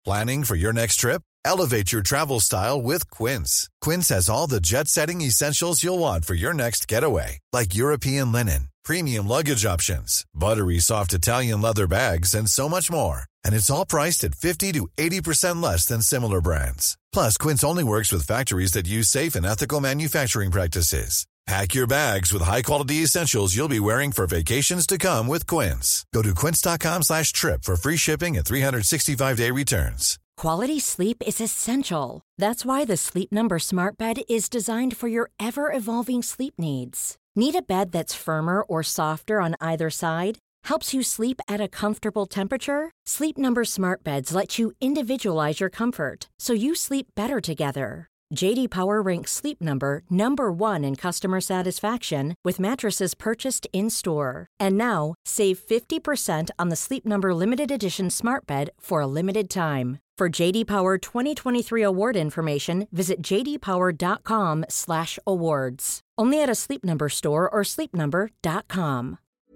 Planning for your next trip? Elevate your travel style with Quince. Quince has all the jet-setting essentials you'll want for your next getaway, like European linen, premium luggage options, buttery soft Italian leather bags, and so much more. And it's all priced at 50 to 80% less than similar brands. Plus, Quince only works with factories that use safe and ethical manufacturing practices. Pack your bags with high-quality essentials you'll be wearing for vacations to come with Quince. Go to quince.com/trip for free shipping and 365-day returns. Quality sleep is essential. That's why the Sleep Number Smart Bed is designed for your ever-evolving sleep needs. Need a bed that's firmer or softer on either side? Helps you sleep at a comfortable temperature? Sleep Number Smart Beds let you individualize your comfort so you sleep better together. J.D. Power ranks Sleep Number #1 in customer satisfaction with mattresses purchased in-store. And now, save 50% on the Sleep Number Limited Edition Smart Bed for a limited time. For J.D. Power 2023 award information, visit jdpower.com/awards. Only at a Sleep Number store or sleepnumber.com.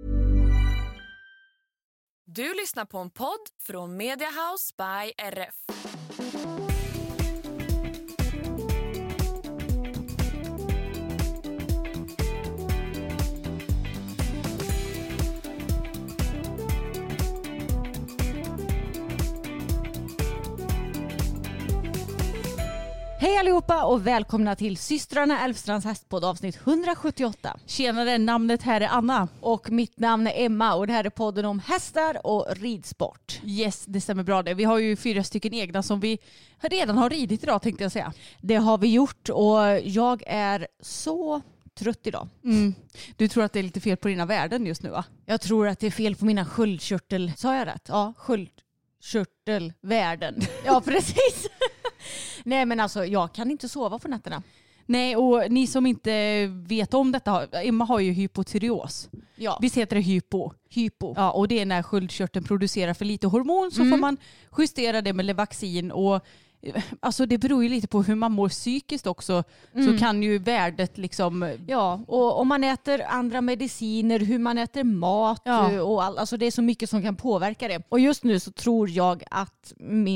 Du lyssnar på en podd från Media House by RF. Hej allihopa och välkomna till Systrarna Älvstrands hästpodd avsnitt 178. Tjenare, namnet här är Anna. Och mitt namn är Emma och det här är podden om hästar och ridsport. Yes, det stämmer bra det. Vi har ju 4 stycken egna som vi redan har ridit idag tänkte jag säga. Det har vi gjort och jag är så trött idag. Du tror att det är lite fel på dina värden just nu va? Jag tror att det är fel på mina sköldkörtel. Sa jag rätt? Ja, sköldkörtelvärden. Ja, precis. Nej men alltså jag kan inte sova på nätterna. Nej, och ni som inte vet om detta, Emma har ju hypotyreos. Ja. Visst heter det hypo? Ja, och det är när sköldkörteln producerar för lite hormon så får man justera det med Levaxin och alltså det beror ju lite på hur man mår psykiskt också så kan ju värdet liksom... Ja, och om man äter andra mediciner, hur man äter mat och alltså det är så mycket som kan påverka det. Och just nu så tror jag att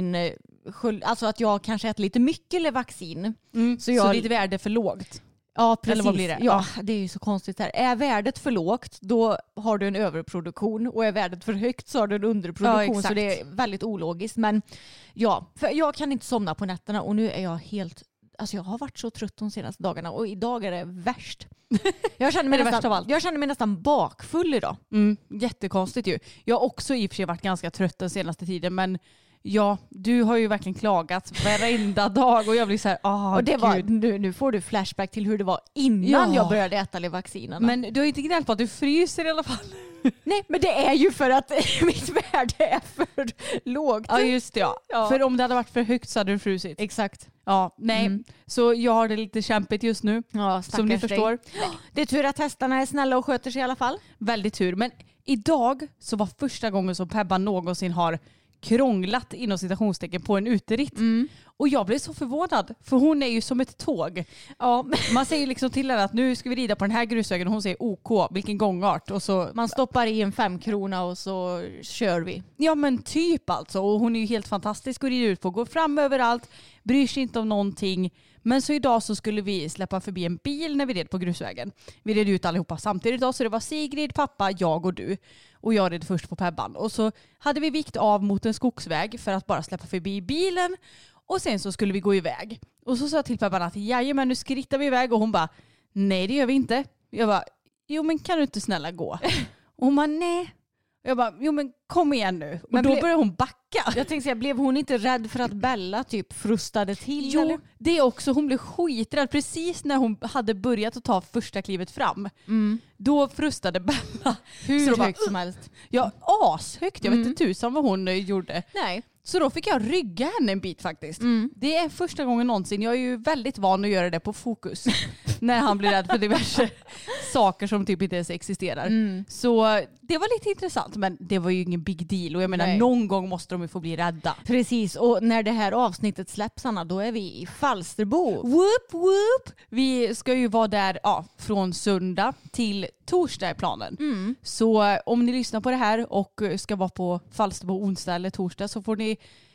alltså att jag kanske äter lite mycket Levaxin. Så ditt värde är för lågt. Ja, precis. Eller vad blir det? Ja, det är ju så konstigt här. Är värdet för lågt, då har du en överproduktion. Och är värdet för högt så har du en underproduktion. Ja, så det är väldigt ologiskt. Men ja, för jag kan inte somna på nätterna. Och nu är jag helt... Alltså jag har varit så trött de senaste dagarna. Och idag är det värst. Jag känner mig nästan bakfull idag. Jättekonstigt ju. Jag har också i och för sig varit ganska trött den senaste tiden. Men... Ja, du har ju verkligen klagat varenda dag och jag blir så här, och det var, nu får du flashback till hur det var innan jag började äta Levaxinerna. Men du har inte gnällt på att du fryser i alla fall. Nej, men det är ju för att mitt värde är för lågt. Ja, just det. Ja. För om det hade varit för högt så hade du frusit. Exakt. Ja, nej. Så jag har det lite kämpigt just nu. Ja, som ni förstår. Det är tur att hästarna är snälla och sköter sig i alla fall. Väldigt tur. Men idag så var första gången som Pebba någonsin har krånglat inom citationstecken på en uteritt. Och jag blev så förvånad för hon är ju som ett tåg. Ja, man säger liksom till henne att nu ska vi rida på den här grusvägen och hon säger OK, vilken gångart och så man stoppar i en 5 krona och så kör vi. Ja men typ alltså och hon är ju helt fantastisk och rider ut på, går fram överallt, bryr sig inte om någonting. Men så idag så skulle vi släppa förbi en bil när vi red på grusvägen. Vi red ut allihopa samtidigt idag så det var Sigrid, pappa, jag och du. Och jag red först på Pebban. Och så hade vi vikt av mot en skogsväg för att bara släppa förbi bilen. Och sen så skulle vi gå iväg. Och så sa jag till Pebban att jajamän nu skrittar vi iväg. Och hon bara, nej det gör vi inte. Jag bara, jo men kan du inte snälla gå? Och hon bara, nej. Jag bara, jo men kom igen nu. Och då började hon backa. Jag tänkte säga, blev hon inte rädd för att Bella typ frustade till? Jo, eller? det också. Hon blev skiträdd. Precis när hon hade börjat att ta första klivet fram. Då frustade Bella. Hur högt som helst. Ja, ashögt. Jag vet inte tusan vad hon gjorde. Nej. Så då fick jag rygga henne en bit faktiskt. Det är första gången någonsin. Jag är ju väldigt van att göra det på fokus. När han blir rädd för diverse saker som typ inte ens existerar. Så det var lite intressant. Men det var ju ingen big deal. Och jag menar, någon gång måste de ju få bli rädda. Precis. Och när det här avsnittet släpps, Anna, då är vi i Falsterbo. Whoop, whoop. Vi ska ju vara där från söndag till torsdag i planen. Så om ni lyssnar på det här och ska vara på Falsterbo onsdag eller torsdag så får ni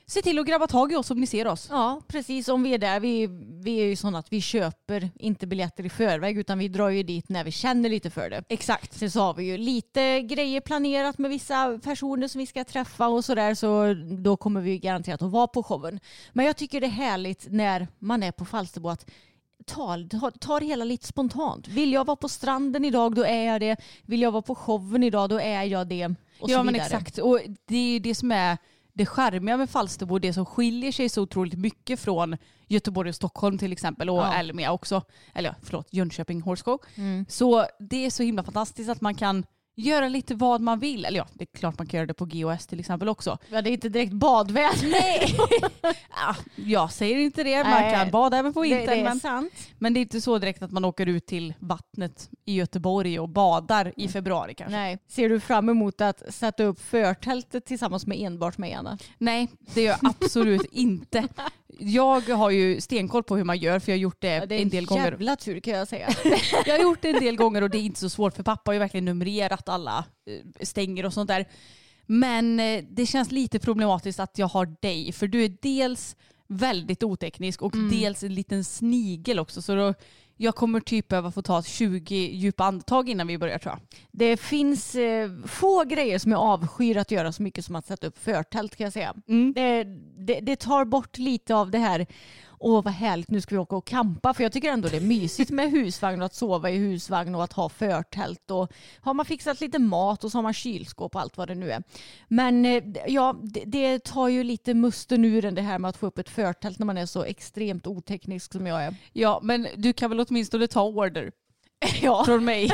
se till att grabba tag i oss om ni ser oss. Ja, precis. Om vi är där. Vi är ju sådana att vi köper inte biljetter i förväg utan vi drar ju dit när vi känner lite för det. Exakt. Sen så har vi ju lite grejer planerat med vissa personer som vi ska träffa och sådär, så då kommer vi garanterat att vara på showen. Men jag tycker det är härligt när man är på Falsterbo att ta det hela lite spontant. Vill jag vara på stranden idag, då är jag det. Vill jag vara på showen idag, då är jag det. Och så men vidare. exakt. Och det är ju det som är det charmiga med Falsterbo, det som skiljer sig så otroligt mycket från Göteborg och Stockholm till exempel, och Elmia också. Eller Jönköping, Horskog. Så det är så himla fantastiskt att man kan göra lite vad man vill. Eller det är klart man kan göra det på GOS till exempel också. Ja, det är inte direkt badväder. Nej, jag säger inte det. Man kan bada även på vintern. Det är sant. Men det är inte så direkt att man åker ut till vattnet i Göteborg och badar i februari kanske. Nej. Ser du fram emot att sätta upp förtältet tillsammans med enbart mig, Anna? Nej, det gör jag absolut inte. Jag har ju stenkoll på hur man gör, för jag har gjort det en del gånger. Det är en jävla tur kan jag säga. Jag har gjort det en del gånger och det är inte så svårt, för pappa har ju verkligen numrerat alla stänger och sånt där. Men det känns lite problematiskt att jag har dig, för du är dels väldigt oteknisk och dels en liten snigel också, så då jag kommer typ behöva få ta 20 djupa andetag innan vi börjar, tror jag. Det finns få grejer som jag avskyr att göra så mycket som att sätta upp förtält, kan jag säga. Det tar bort lite av det här, vad härligt, nu ska vi åka och campa. För jag tycker ändå det är mysigt med husvagn och att sova i husvagn och att ha förtält. Och har man fixat lite mat och så har man kylskåp och allt vad det nu är. Men det tar ju lite musten ur det här med att få upp ett förtält när man är så extremt oteknisk som jag är. Ja, men du kan väl åtminstone ta order från mig.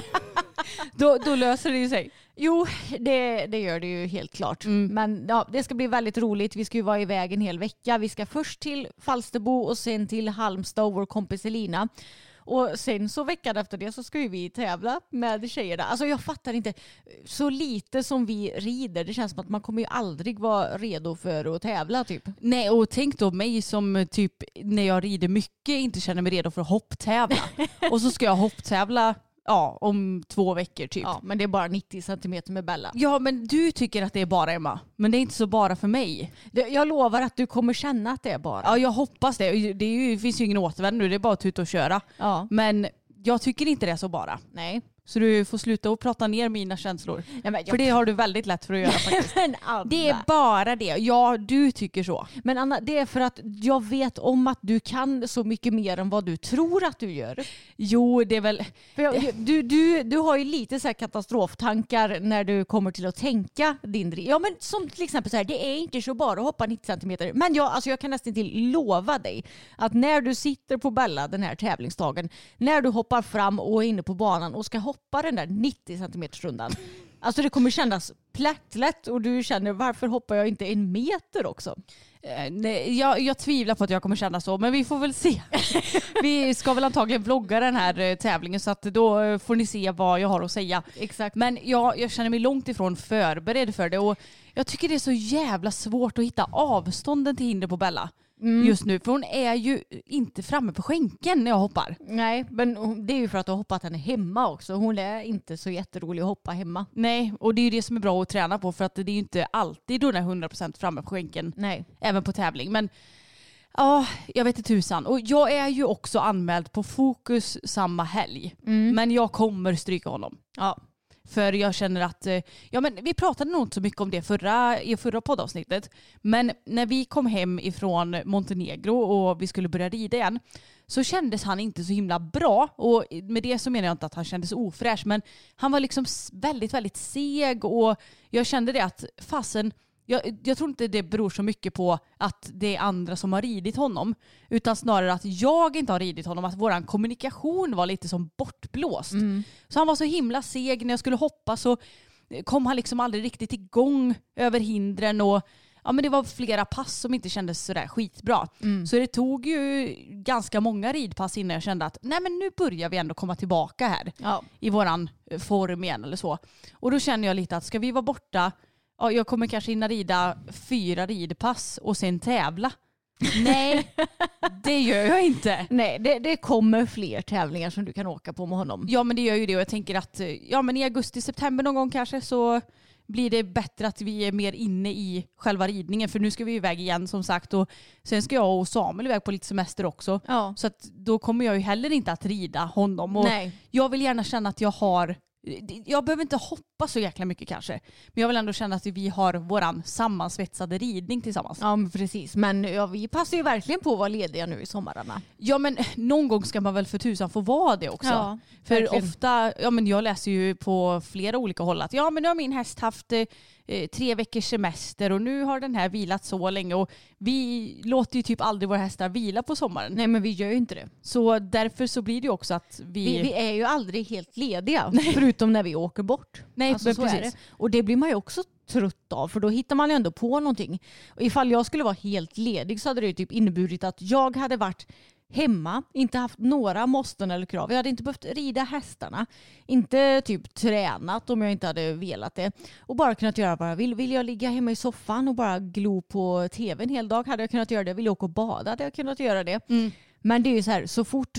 Då löser det ju sig. Jo, det gör det ju helt klart. Men det ska bli väldigt roligt. Vi ska ju vara iväg en hel vecka. Vi ska först till Falsterbo och sen till Halmstad och vår kompis Elina. Och sen så veckan efter det så ska ju vi tävla med tjejerna. Alltså jag fattar inte, så lite som vi rider. Det känns som att man kommer ju aldrig vara redo för att tävla typ. Nej, och tänk då mig som typ när jag rider mycket inte känner mig redo för att hopptävla. Och så ska jag hopptävla om 2 veckor typ. Ja, men det är bara 90 centimeter med Bella. Ja, men du tycker att det är bara, Emma. Men det är inte så bara för mig. Jag lovar att du kommer känna att det är bara. Ja, jag hoppas det. Det finns ju ingen återvändo nu. Det är bara att tuta och köra. Ja. Men jag tycker inte det är så bara. Nej. Så du får sluta och prata ner mina känslor. Nej, för det har du väldigt lätt för att göra faktiskt. Men Anna. Det är bara det. Ja, du tycker så. Men Anna, det är för att jag vet om att du kan så mycket mer än vad du tror att du gör. Jo, det är väl... För du har ju lite så här katastroftankar när du kommer till att tänka din driv. Ja, men som till exempel så här, det är inte så bara att hoppa 90 centimeter. Men jag kan nästan till lova dig att när du sitter på Bella den här tävlingsdagen, när du hoppar fram och är inne på banan och ska hoppa den där 90 centimeters rundan. Alltså det kommer kännas plättlätt och du känner, varför hoppar jag inte 1 meter också? Nej, jag tvivlar på att jag kommer känna så, men vi får väl se. Vi ska väl antagligen vlogga den här tävlingen, så att då får ni se vad jag har att säga. Exakt. Men jag känner mig långt ifrån förberedd för det, och jag tycker det är så jävla svårt att hitta avstånden till hinder på Bella. Just nu, för hon är ju inte framme på skänken när jag hoppar. Nej, men det är ju för att du har hoppat henne hemma också. Hon är inte så jätterolig att hoppa hemma. Nej, och det är ju det som är bra att träna på, för att det är ju inte alltid då när 100% framme på skänken. Nej. Även på tävling. Men jag vet inte tusan. Och jag är ju också anmäld på Fokus samma helg. Men jag kommer stryka honom. Ja. För jag känner att, vi pratade nog inte så mycket om det i förra poddavsnittet. Men när vi kom hem ifrån Montenegro och vi skulle börja rida igen, så kändes han inte så himla bra. Och med det så menar jag inte att han kändes ofräsch, men han var liksom väldigt, väldigt seg, och jag kände det att fasen, jag tror inte det beror så mycket på att det är andra som har ridit honom, utan snarare att jag inte har ridit honom, att våran kommunikation var lite som bortblåst. Så han var så himla seg. När jag skulle hoppa så kom han liksom aldrig riktigt igång över hindren, och men det var flera pass som inte kändes sådär skitbra. Så det tog ju ganska många ridpass innan jag kände att nej, men nu börjar vi ändå komma tillbaka här i våran form igen eller så. Och då känner jag lite att ska vi vara borta, jag kommer kanske hinna rida 4 ridpass och sen tävla. Nej, det gör jag inte. Nej, det kommer fler tävlingar som du kan åka på med honom. Ja, men det gör ju det, och jag tänker att men i augusti, september någon gång kanske, så blir det bättre att vi är mer inne i själva ridningen. För nu ska vi iväg igen som sagt. Och sen ska jag och Samuel iväg på lite semester också. Ja. Så att då kommer jag ju heller inte att rida honom. Och Nej. jag vill gärna känna att jag behöver inte hoppa så jäkla mycket kanske. Men jag vill ändå känna att vi har våran sammansvetsade ridning tillsammans. Ja, men precis. Men vi passar ju verkligen på att vara lediga nu i sommararna. Ja, men någon gång ska man väl för tusan få vara det också. Ja, för verkligen. ofta, jag läser ju på flera olika håll att men nu har min häst haft 3 veckors semester och nu har den här vilat så länge. Och vi låter ju typ aldrig våra hästar vila på sommaren. Nej, men vi gör ju inte det. Så därför så blir det ju också att Vi är ju aldrig helt lediga. Förutom när vi åker bort. Nej, Alltså, så är precis. det. Och det blir man ju också trött av. För då hittar man ju ändå på någonting. Och ifall jag skulle vara helt ledig så hade det typ inneburit att jag hade varit hemma, inte haft några måsten eller krav. Jag hade inte behövt rida hästarna. Inte typ tränat om jag inte hade velat det. Och bara kunnat göra vad jag vill. Vill jag ligga hemma i soffan och bara glo på tv en hel dag hade jag kunnat göra det. Vill jag åka och bada hade jag kunnat göra det. Men det är ju så här, så fort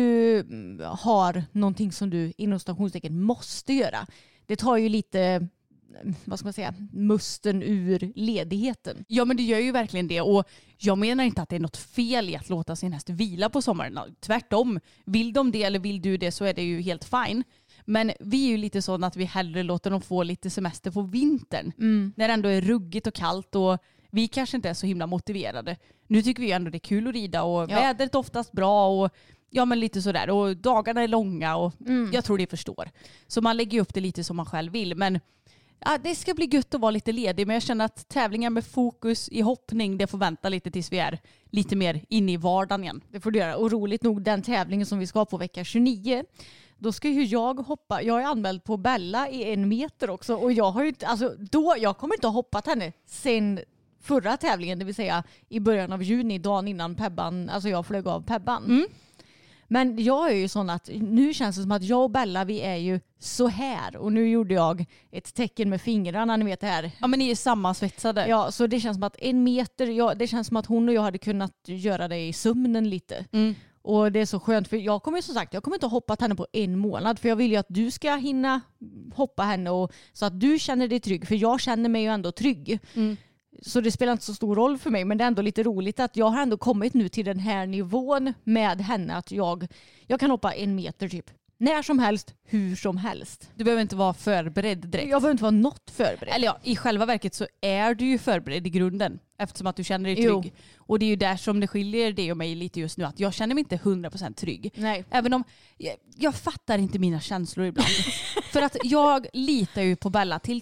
du har någonting som du inom stationstecken måste göra. Det tar ju lite, vad ska man säga, musten ur ledigheten. Ja, men det gör ju verkligen det. Och jag menar inte att det är något fel i att låta sin häst vila på sommaren. Tvärtom, vill de det eller vill du det så är det ju helt fine. Men vi är ju lite sådana att vi hellre låter dem få lite semester på vintern. När det ändå är ruggigt och kallt och vi kanske inte är så himla motiverade. Nu tycker vi ändå det är kul att rida och vädret är oftast bra och men lite sådär. Och dagarna är långa och jag tror det förstår. Så man lägger upp det lite som man själv vill. Men det ska bli gött att vara lite ledig. Men jag känner att tävlingar med fokus i hoppning, det får vänta lite tills vi är lite mer inne i vardagen igen. Det får du göra. Och roligt nog, den tävlingen som vi ska på vecka 29, då ska ju jag hoppa. Jag är anmäld på Bella i 1 meter också. Och jag har ju jag kommer inte ha hoppat henne sen förra tävlingen, det vill säga i början av juni, dagen innan Pebban, alltså jag flög av Pebban. Men jag är ju sån att nu känns det som att jag och Bella, vi är ju så här. Och nu gjorde jag ett tecken med fingrarna, ni vet det här. Ja, men ni är sammansvetsade. Ja, så det känns som att 1 meter, det känns som att hon och jag hade kunnat göra det i sömnen lite. Och det är så skönt, för jag kommer inte ha hoppat henne på 1 månad. För jag vill ju att du ska hinna hoppa henne så att du känner dig trygg. För jag känner mig ju ändå trygg. Så det spelar inte så stor roll för mig, men det är ändå lite roligt att jag har ändå kommit nu till den här nivån med henne att jag kan hoppa 1 meter typ. När som helst, hur som helst. Du behöver inte vara förberedd direkt. Jag behöver inte vara något förberedd. Eller i själva verket så är du ju förberedd i grunden. Eftersom att du känner dig trygg. Och det är ju där som det skiljer dig och mig lite just nu. Att jag känner mig inte 100% trygg. Nej. Även om jag fattar inte mina känslor ibland. För att jag litar ju på Bella till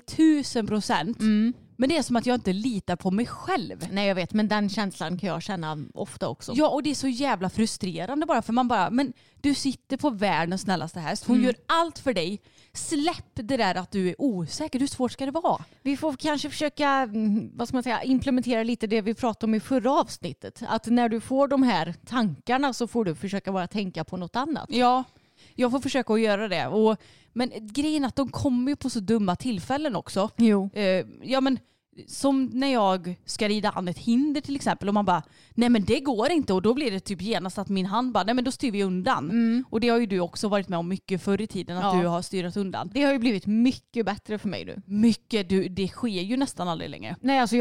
1000%. Men det är som att jag inte litar på mig själv. Nej, jag vet, men den känslan kan jag känna ofta också. Ja, och det är så jävla frustrerande bara. För man bara, men du sitter på världens snällaste häst. Hon gör allt för dig. Släpp det där att du är osäker. Hur svårt ska det vara? Vi får kanske försöka, vad ska man säga, implementera lite det vi pratade om i förra avsnittet. Att när du får de här tankarna så får du försöka bara tänka på något annat. Ja, jag får försöka att göra det. Men grejen är att de kommer ju på så dumma tillfällen också. Jo. Men som när jag ska rida an ett hinder till exempel och man bara, nej men det går inte, och då blir det typ genast att min hand bara, nej men då styr vi undan. Och det har ju du också varit med om mycket förr i tiden, att du har styrat undan. Det har ju blivit mycket bättre för mig nu. Mycket, det sker ju nästan aldrig längre. Nej, alltså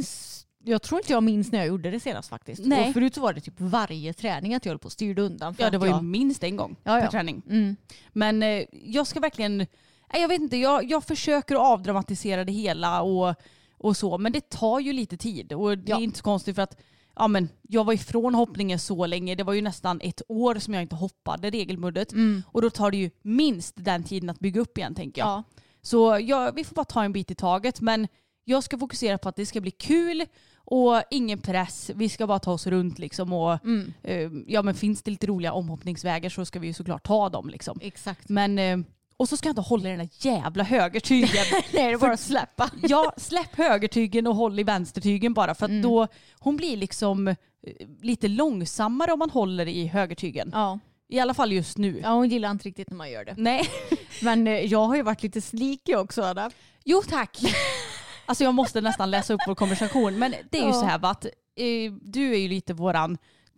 jag tror inte jag minns när jag gjorde det senast faktiskt. Nej. Och förut så var det typ varje träning att jag höll på och styrde undan. För Ja, det var ju ju minst en gång per träning. Men jag ska verkligen, jag vet inte, jag försöker att avdramatisera det hela och så, men det tar ju lite tid och det är inte så konstigt för att jag var ifrån hoppningen så länge. Det var ju nästan 1 år som jag inte hoppade regelbundet. Och då tar det ju minst den tiden att bygga upp igen, tänker jag. Ja. Så vi får bara ta en bit i taget, men jag ska fokusera på att det ska bli kul och ingen press. Vi ska bara ta oss runt liksom och men finns det lite roliga omhoppningsvägar så ska vi ju såklart ta dem liksom. Exakt. Men och så ska jag inte hålla i den där jävla högertygen. Nej, det är bara att släppa. Ja, släpp högertygen och håll i vänstertygen bara. För att då, hon blir liksom lite långsammare om man håller i högertygen. Ja. I alla fall just nu. Ja, hon gillar inte riktigt när man gör det. Nej. Men jag har ju varit lite sneaky också, Anna. Jo, tack. Alltså jag måste nästan läsa upp vår konversation. Men det är ju så här att du är ju lite våran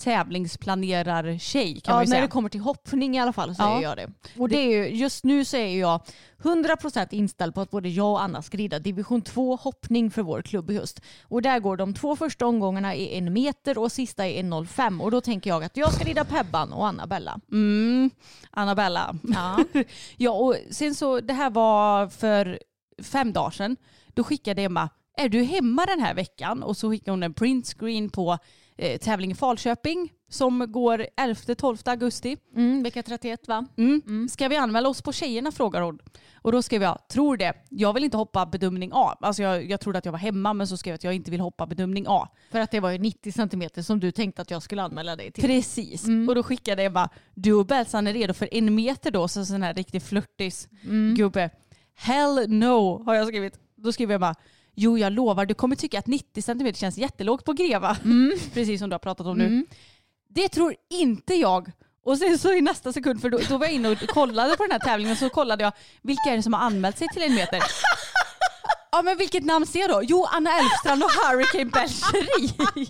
tävlingsplanerar-tjej kan man ju när säga. det kommer till hoppning i alla fall så är jag det. Och det är ju, just nu så är jag 100% inställd på att både jag och Anna ska rida division 2 hoppning för vår klubb i höst. Och där går de 2 första omgångarna i 1 meter och sista i 1,05. Och då tänker jag att jag ska rida Pebban och Annabella. Annabella. Ja. Ja, och sen så, det här var för 5 dagar sedan. Då skickade Emma, är du hemma den här veckan? Och så skickade hon en printscreen på tävling i Falköping som går 11-12 augusti. Vecka 31 va? Ska vi anmäla oss på tjejerna, frågar hon. Och då skrev jag, tror det. Jag vill inte hoppa bedömning A. Alltså jag trodde att jag var hemma, men så skrev jag att jag inte vill hoppa bedömning A. För att det var ju 90 cm som du tänkte att jag skulle anmäla dig till. Precis. Och då skickade jag bara, du och Belsan är redo för 1 meter då, så sån här riktig flörtis gubbe. Hell no, har jag skrivit. Då skriver jag bara, jo jag lovar, du kommer tycka att 90 cm känns jättelågt på greva. Precis som du har pratat om nu. Det tror inte jag. Och sen så i nästa sekund, för då var jag inne och kollade på den här tävlingen, så kollade jag, vilka är det som har anmält sig till 1 meter? Ja, men vilket namn ser jag då? Jo, Anna Elfstrand och Hurricane Belcheri.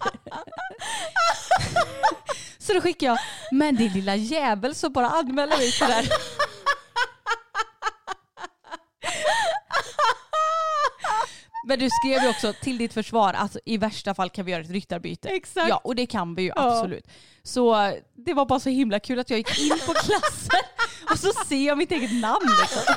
Så då skickade jag, men det lilla jävel så bara anmäler vi till där. Men du skrev ju också till ditt försvar att i värsta fall kan vi göra ett ryttarbyte. Exakt. Ja, och det kan vi ju absolut. Så det var bara så himla kul att jag gick in på klassen och så ser jag mitt eget namn liksom.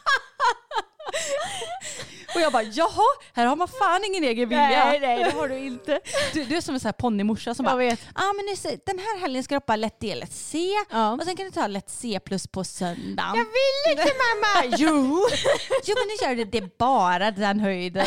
Och jag bara, jaha, här har man fan ingen egen vilja. Nej, det har du inte. Du är som en sån här ponnymorsa som Jag bara, vet. men den här helgen ska du hoppa lätt D, lätt C. Ja. Och sen kan du ta lätt C plus på söndagen. Jag vill inte mamma. Jo, men nu gör det är bara den höjden.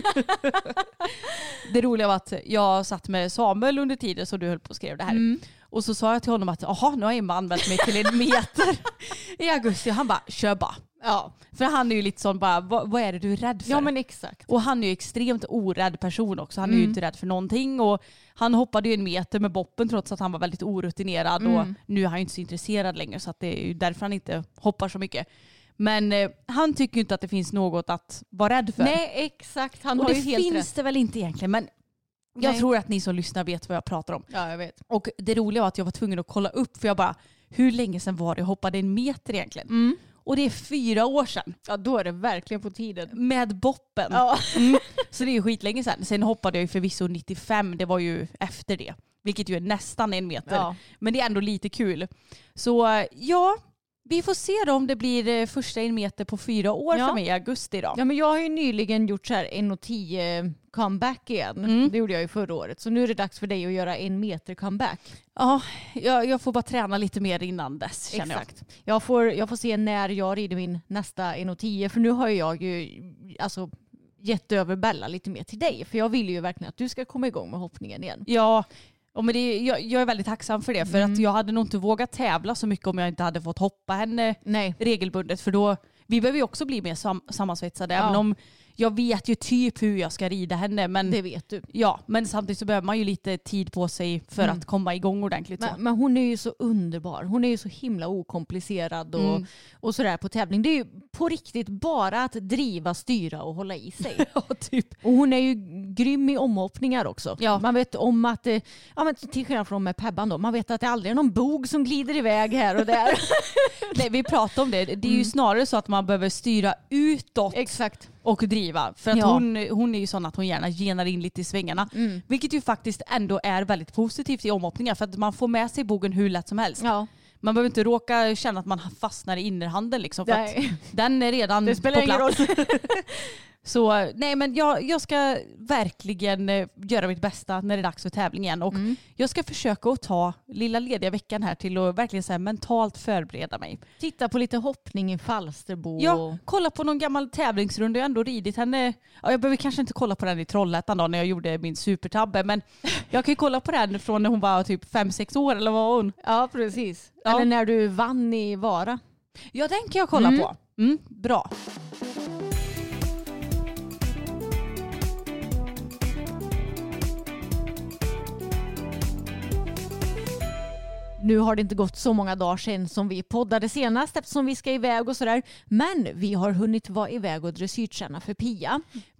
Det roliga var att jag satt med Samuel under tiden så du höll på och skrev det här. Och så sa jag till honom att nu har Emma använt mig till 1 meter i augusti. Och han bara, kör bara. Ja. För han är ju lite sån bara, vad är det du är rädd för? Ja men exakt. Och han är ju extremt orädd person också. Han är ju inte rädd för någonting. Och han hoppade ju 1 meter med boppen trots att han var väldigt orutinerad. Och nu är han ju inte så intresserad längre. Så att det är ju därför han inte hoppar så mycket. Men han tycker ju inte att det finns något att vara rädd för. Nej exakt. Han och har det ju helt finns rätt. det väl inte egentligen. Men jag tror att ni som lyssnar vet vad jag pratar om. Ja jag vet. Och det roliga var att jag var tvungen att kolla upp. För jag bara, hur länge sedan var det jag hoppade 1 meter egentligen? Och det är 4 år sedan. Ja då är det verkligen på tiden. Med boppen. Ja. Så det är ju skitlänge sedan. Sen hoppade jag ju förvisso 95. Det var ju efter det. Vilket ju är nästan 1 meter. Ja. Men det är ändå lite kul. Så ja, vi får se då om det blir första 1 meter på 4 år för mig i augusti då. Ja men jag har ju nyligen gjort så här 1,10 comeback igen. Det gjorde jag ju förra året. Så nu är det dags för dig att göra 1 meter comeback. Ja, jag får bara träna lite mer innan dess känner Exakt. Jag får se när jag rider min nästa 1,10. För nu har jag ju gett över Bella lite mer till dig. För jag vill ju verkligen att du ska komma igång med hoppningen igen. Ja, men jag är väldigt tacksam för det. För att jag hade nog inte vågat tävla så mycket om jag inte hade fått hoppa henne regelbundet. För då, vi behöver ju också bli mer sammansvetsade. Även om jag vet ju typ hur jag ska rida henne. Men, det vet du. Ja, men samtidigt så behöver man ju lite tid på sig för att komma igång ordentligt. Men hon är ju så underbar. Hon är ju så himla okomplicerad och sådär på tävling. Det är ju på riktigt bara att driva, styra och hålla i sig. Ja, typ. Och hon är ju grym i omhoppningar också. Ja. Man vet om att, men till skillnad från med Pebban då, man vet att det aldrig är någon bog som glider iväg här och där. Nej, vi pratar om det. Det är ju snarare så att man behöver styra utåt. Exakt. Och driva. För att hon är ju sån att hon gärna genar in lite i svängarna. Vilket ju faktiskt ändå är väldigt positivt i omhoppningar. För att man får med sig bogen hur lätt som helst. Ja. Man behöver inte råka känna att man fastnar i innerhanden. Liksom, för att den är redan det spelar på plats. ingen roll. Så nej, men jag ska verkligen göra mitt bästa när det är dags för tävling igen. Och jag ska försöka att ta lilla lediga veckan här till att verkligen så här mentalt förbereda mig. Titta på lite hoppning i Falsterbo. Ja, kolla på någon gammal tävlingsrunda. Jag har ändå ridit henne. Ja, jag behöver kanske inte kolla på den i Trollhättan då när jag gjorde min supertabbe. Men jag kan ju kolla på den från när hon var typ 5-6 år eller vad hon. Ja, precis. Ja. Eller när du vann i Vara. Ja, den kan jag kolla på. Bra. Nu har det inte gått så många dagar sedan som vi poddade senast eftersom vi ska iväg och sådär. Men vi har hunnit vara iväg och dressyrträna för Pia.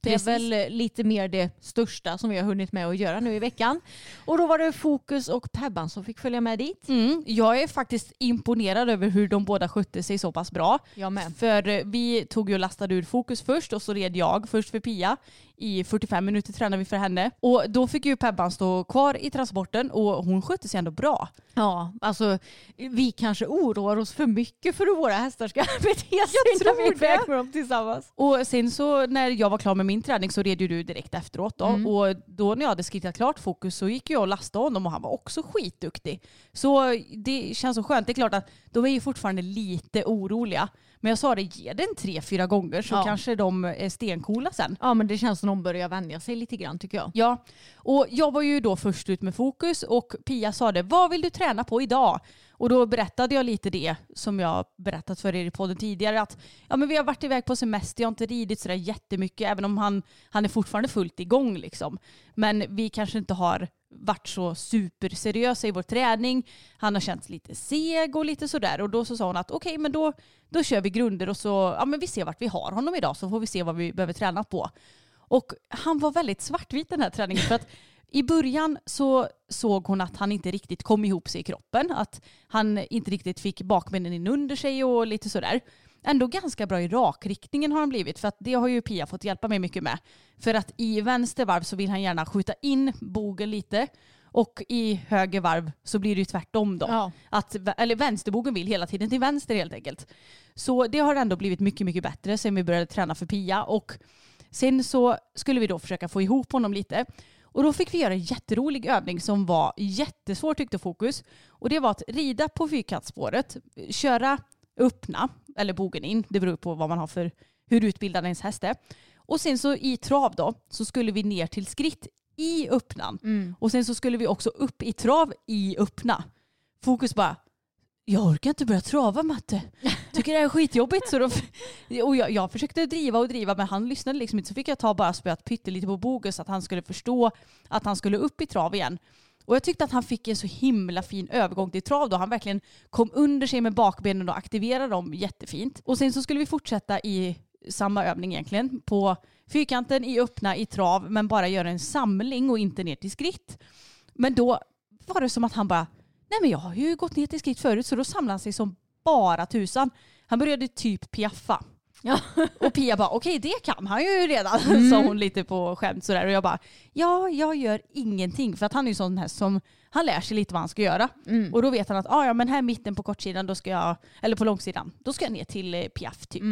Det är väl lite mer det största som vi har hunnit med att göra nu i veckan. Och då var det Fokus och Pebban som fick följa med dit. Jag är faktiskt imponerad över hur de båda skötte sig så pass bra. Jag med. För vi tog ju och lastade ur Fokus först och så red jag först för Pia. I 45 minuter tränade vi för henne. Och då fick ju Pebban stå kvar i transporten och hon skötte sig ändå bra. Ja, alltså vi kanske oroar oss för mycket för hur våra hästar ska bete sig när vi är iväg med dem tillsammans. Och sen så när jag var klar med min träning så red ju du direkt efteråt då. Och då när jag hade skrittat klart Fokus så gick jag och lastade honom och han var också skitduktig. Så det känns så skönt. Det är klart att de är ju fortfarande lite oroliga. Men jag sa det, ge den 3-4 gånger så kanske de är stencoola sen. Ja, men det känns som de börjar vänja sig lite grann tycker jag. Ja, och jag var ju då först ut med Fokus och Pia sa det, vad vill du träna på idag? Och då berättade jag lite det som jag berättat för er i podden tidigare. Att men vi har varit iväg på semester, jag har inte ridit sådär jättemycket. Även om han är fortfarande fullt igång liksom. Men vi kanske inte har varit så superseriösa i vår träning. Han har känts lite seg och lite sådär. Och då så sa hon att okej, men då kör vi grunder och så men vi ser vart vi har honom idag. Så får vi se vad vi behöver träna på. Och han var väldigt svartvit den här träningen. För att i början så såg hon att han inte riktigt kom ihop sig i kroppen. Att han inte riktigt fick bakbenen in under sig och lite sådär. Ändå ganska bra i rakriktningen har han blivit. För att det har ju Pia fått hjälpa mig mycket med. För att i vänster varv så vill han gärna skjuta in bogen lite. Och i höger varv så blir det ju tvärtom då. Ja. Eller vänsterbogen vill hela tiden till vänster helt enkelt. Så det har ändå blivit mycket, mycket bättre sen vi började träna för Pia. Och sen så skulle vi då försöka få ihop honom lite. Och då fick vi göra en jätterolig övning som var jättesvår tyckte Fokus. Och det var att rida på fyrkantsspåret, köra öppna eller bogen in. Det beror på vad man har för hur utbildad ens häst är. Och sen så i trav då så skulle vi ner till skritt i öppnan. Och sen så skulle vi också upp i trav i öppna. Fokus bara, jag orkar inte börja trava Matte. Tycker det är skitjobbigt. Så och jag försökte driva men han lyssnade liksom inte. Så fick jag ta bara spöat pyttelite på bogen så att han skulle förstå att han skulle upp i trav igen. Och jag tyckte att han fick en så himla fin övergång till trav då. Han verkligen kom under sig med bakbenen och aktiverade dem jättefint. Och sen så skulle vi fortsätta i samma övning egentligen. På fyrkanten i öppna i trav men bara göra en samling och inte ner till skritt. Men då var det som att han bara, nej men jag har ju gått ner till skritt förut så då samlade han sig som bara tusan. Han började typ piaffa. Ja. Och Pia bara, okej, det kan han ju redan, sa hon lite på skämt sådär. Och jag bara, ja, jag gör ingenting. För att han är ju sån här som, han lär sig lite vad han ska göra. Och då vet han att, men här mitten på kortsidan, då ska jag, eller på långsidan, då ska jag ner till piaff typ.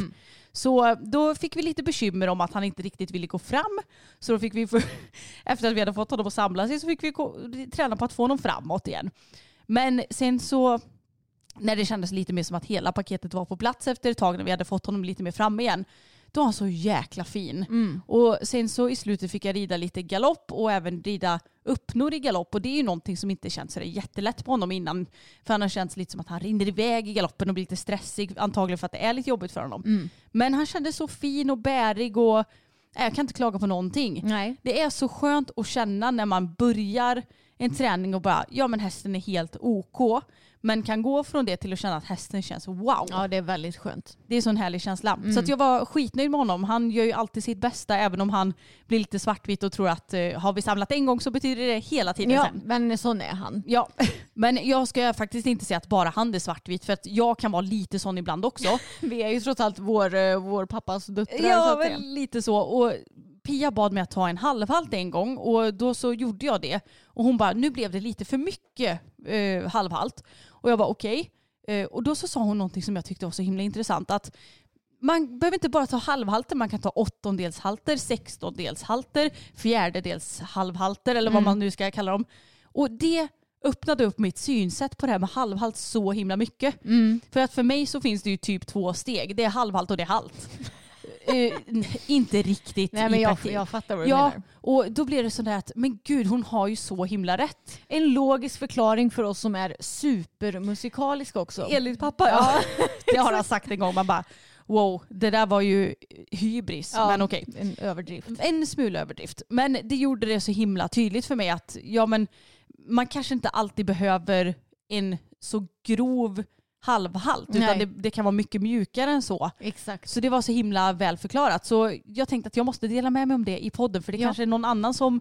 Så då fick vi lite bekymmer om att han inte riktigt ville gå fram. Så då fick vi, efter att vi hade fått honom att samla sig, så fick vi träna på att få honom framåt igen. Men sen så, när det kändes lite mer som att hela paketet var på plats efter ett tag när vi hade fått honom lite mer fram igen, då var han så jäkla fin. Och sen så i slutet fick jag rida lite galopp och även rida uppnor i galopp. Och det är ju någonting som inte känns så jättelätt på honom innan. För han har känts lite som att han rinner iväg i galoppen och blir lite stressig. Antagligen för att det är lite jobbigt för honom. Men han kändes så fin och bärig och jag kan inte klaga på någonting. Nej. Det är så skönt att känna när man börjar en träning och bara, men hästen är helt OK. Men kan gå från det till att känna att hästen känns wow. Ja, det är väldigt skönt. Det är en sån härlig känsla. Så att jag var skitnöjd med honom. Han gör ju alltid sitt bästa även om han blir lite svartvit och tror att har vi samlat en gång så betyder det hela tiden sen. Men sån är han. Ja, men jag ska faktiskt inte säga att bara han är svartvit för att jag kan vara lite sån ibland också. Vi är ju trots allt vår pappas döttrar. Ja, så att väl lite så. Och Pia bad mig att ta en halvhalt en gång och då så gjorde jag det. Och hon bara, nu blev det lite för mycket halvhalt. Och jag var okej. Och då så sa hon någonting som jag tyckte var så himla intressant. Att man behöver inte bara ta halvhalter, man kan ta 8-delshalter, 16-delshalter, 4-delshalvhalter eller vad man nu ska kalla dem. Och det öppnade upp mitt synsätt på det här med halvhalt så himla mycket. För att för mig så finns det ju typ 2 steg. Det är halvhalt och det är halt. Inte riktigt. Nej, men jag fattar vad du menar. Och då blir det sådär att, men gud, hon har ju så himla rätt. En logisk förklaring för oss som är supermusikaliska också. Enligt pappa, ja. Det har han sagt en gång. Man bara, wow, det där var ju hybris. Ja, men okej. En överdrift. En smula överdrift. Men det gjorde det så himla tydligt för mig att men man kanske inte alltid behöver en så grov halvhalt utan det kan vara mycket mjukare än så. Exakt. Så det var så himla väl förklarat. Så jag tänkte att jag måste dela med mig om det i podden för det kanske är någon annan som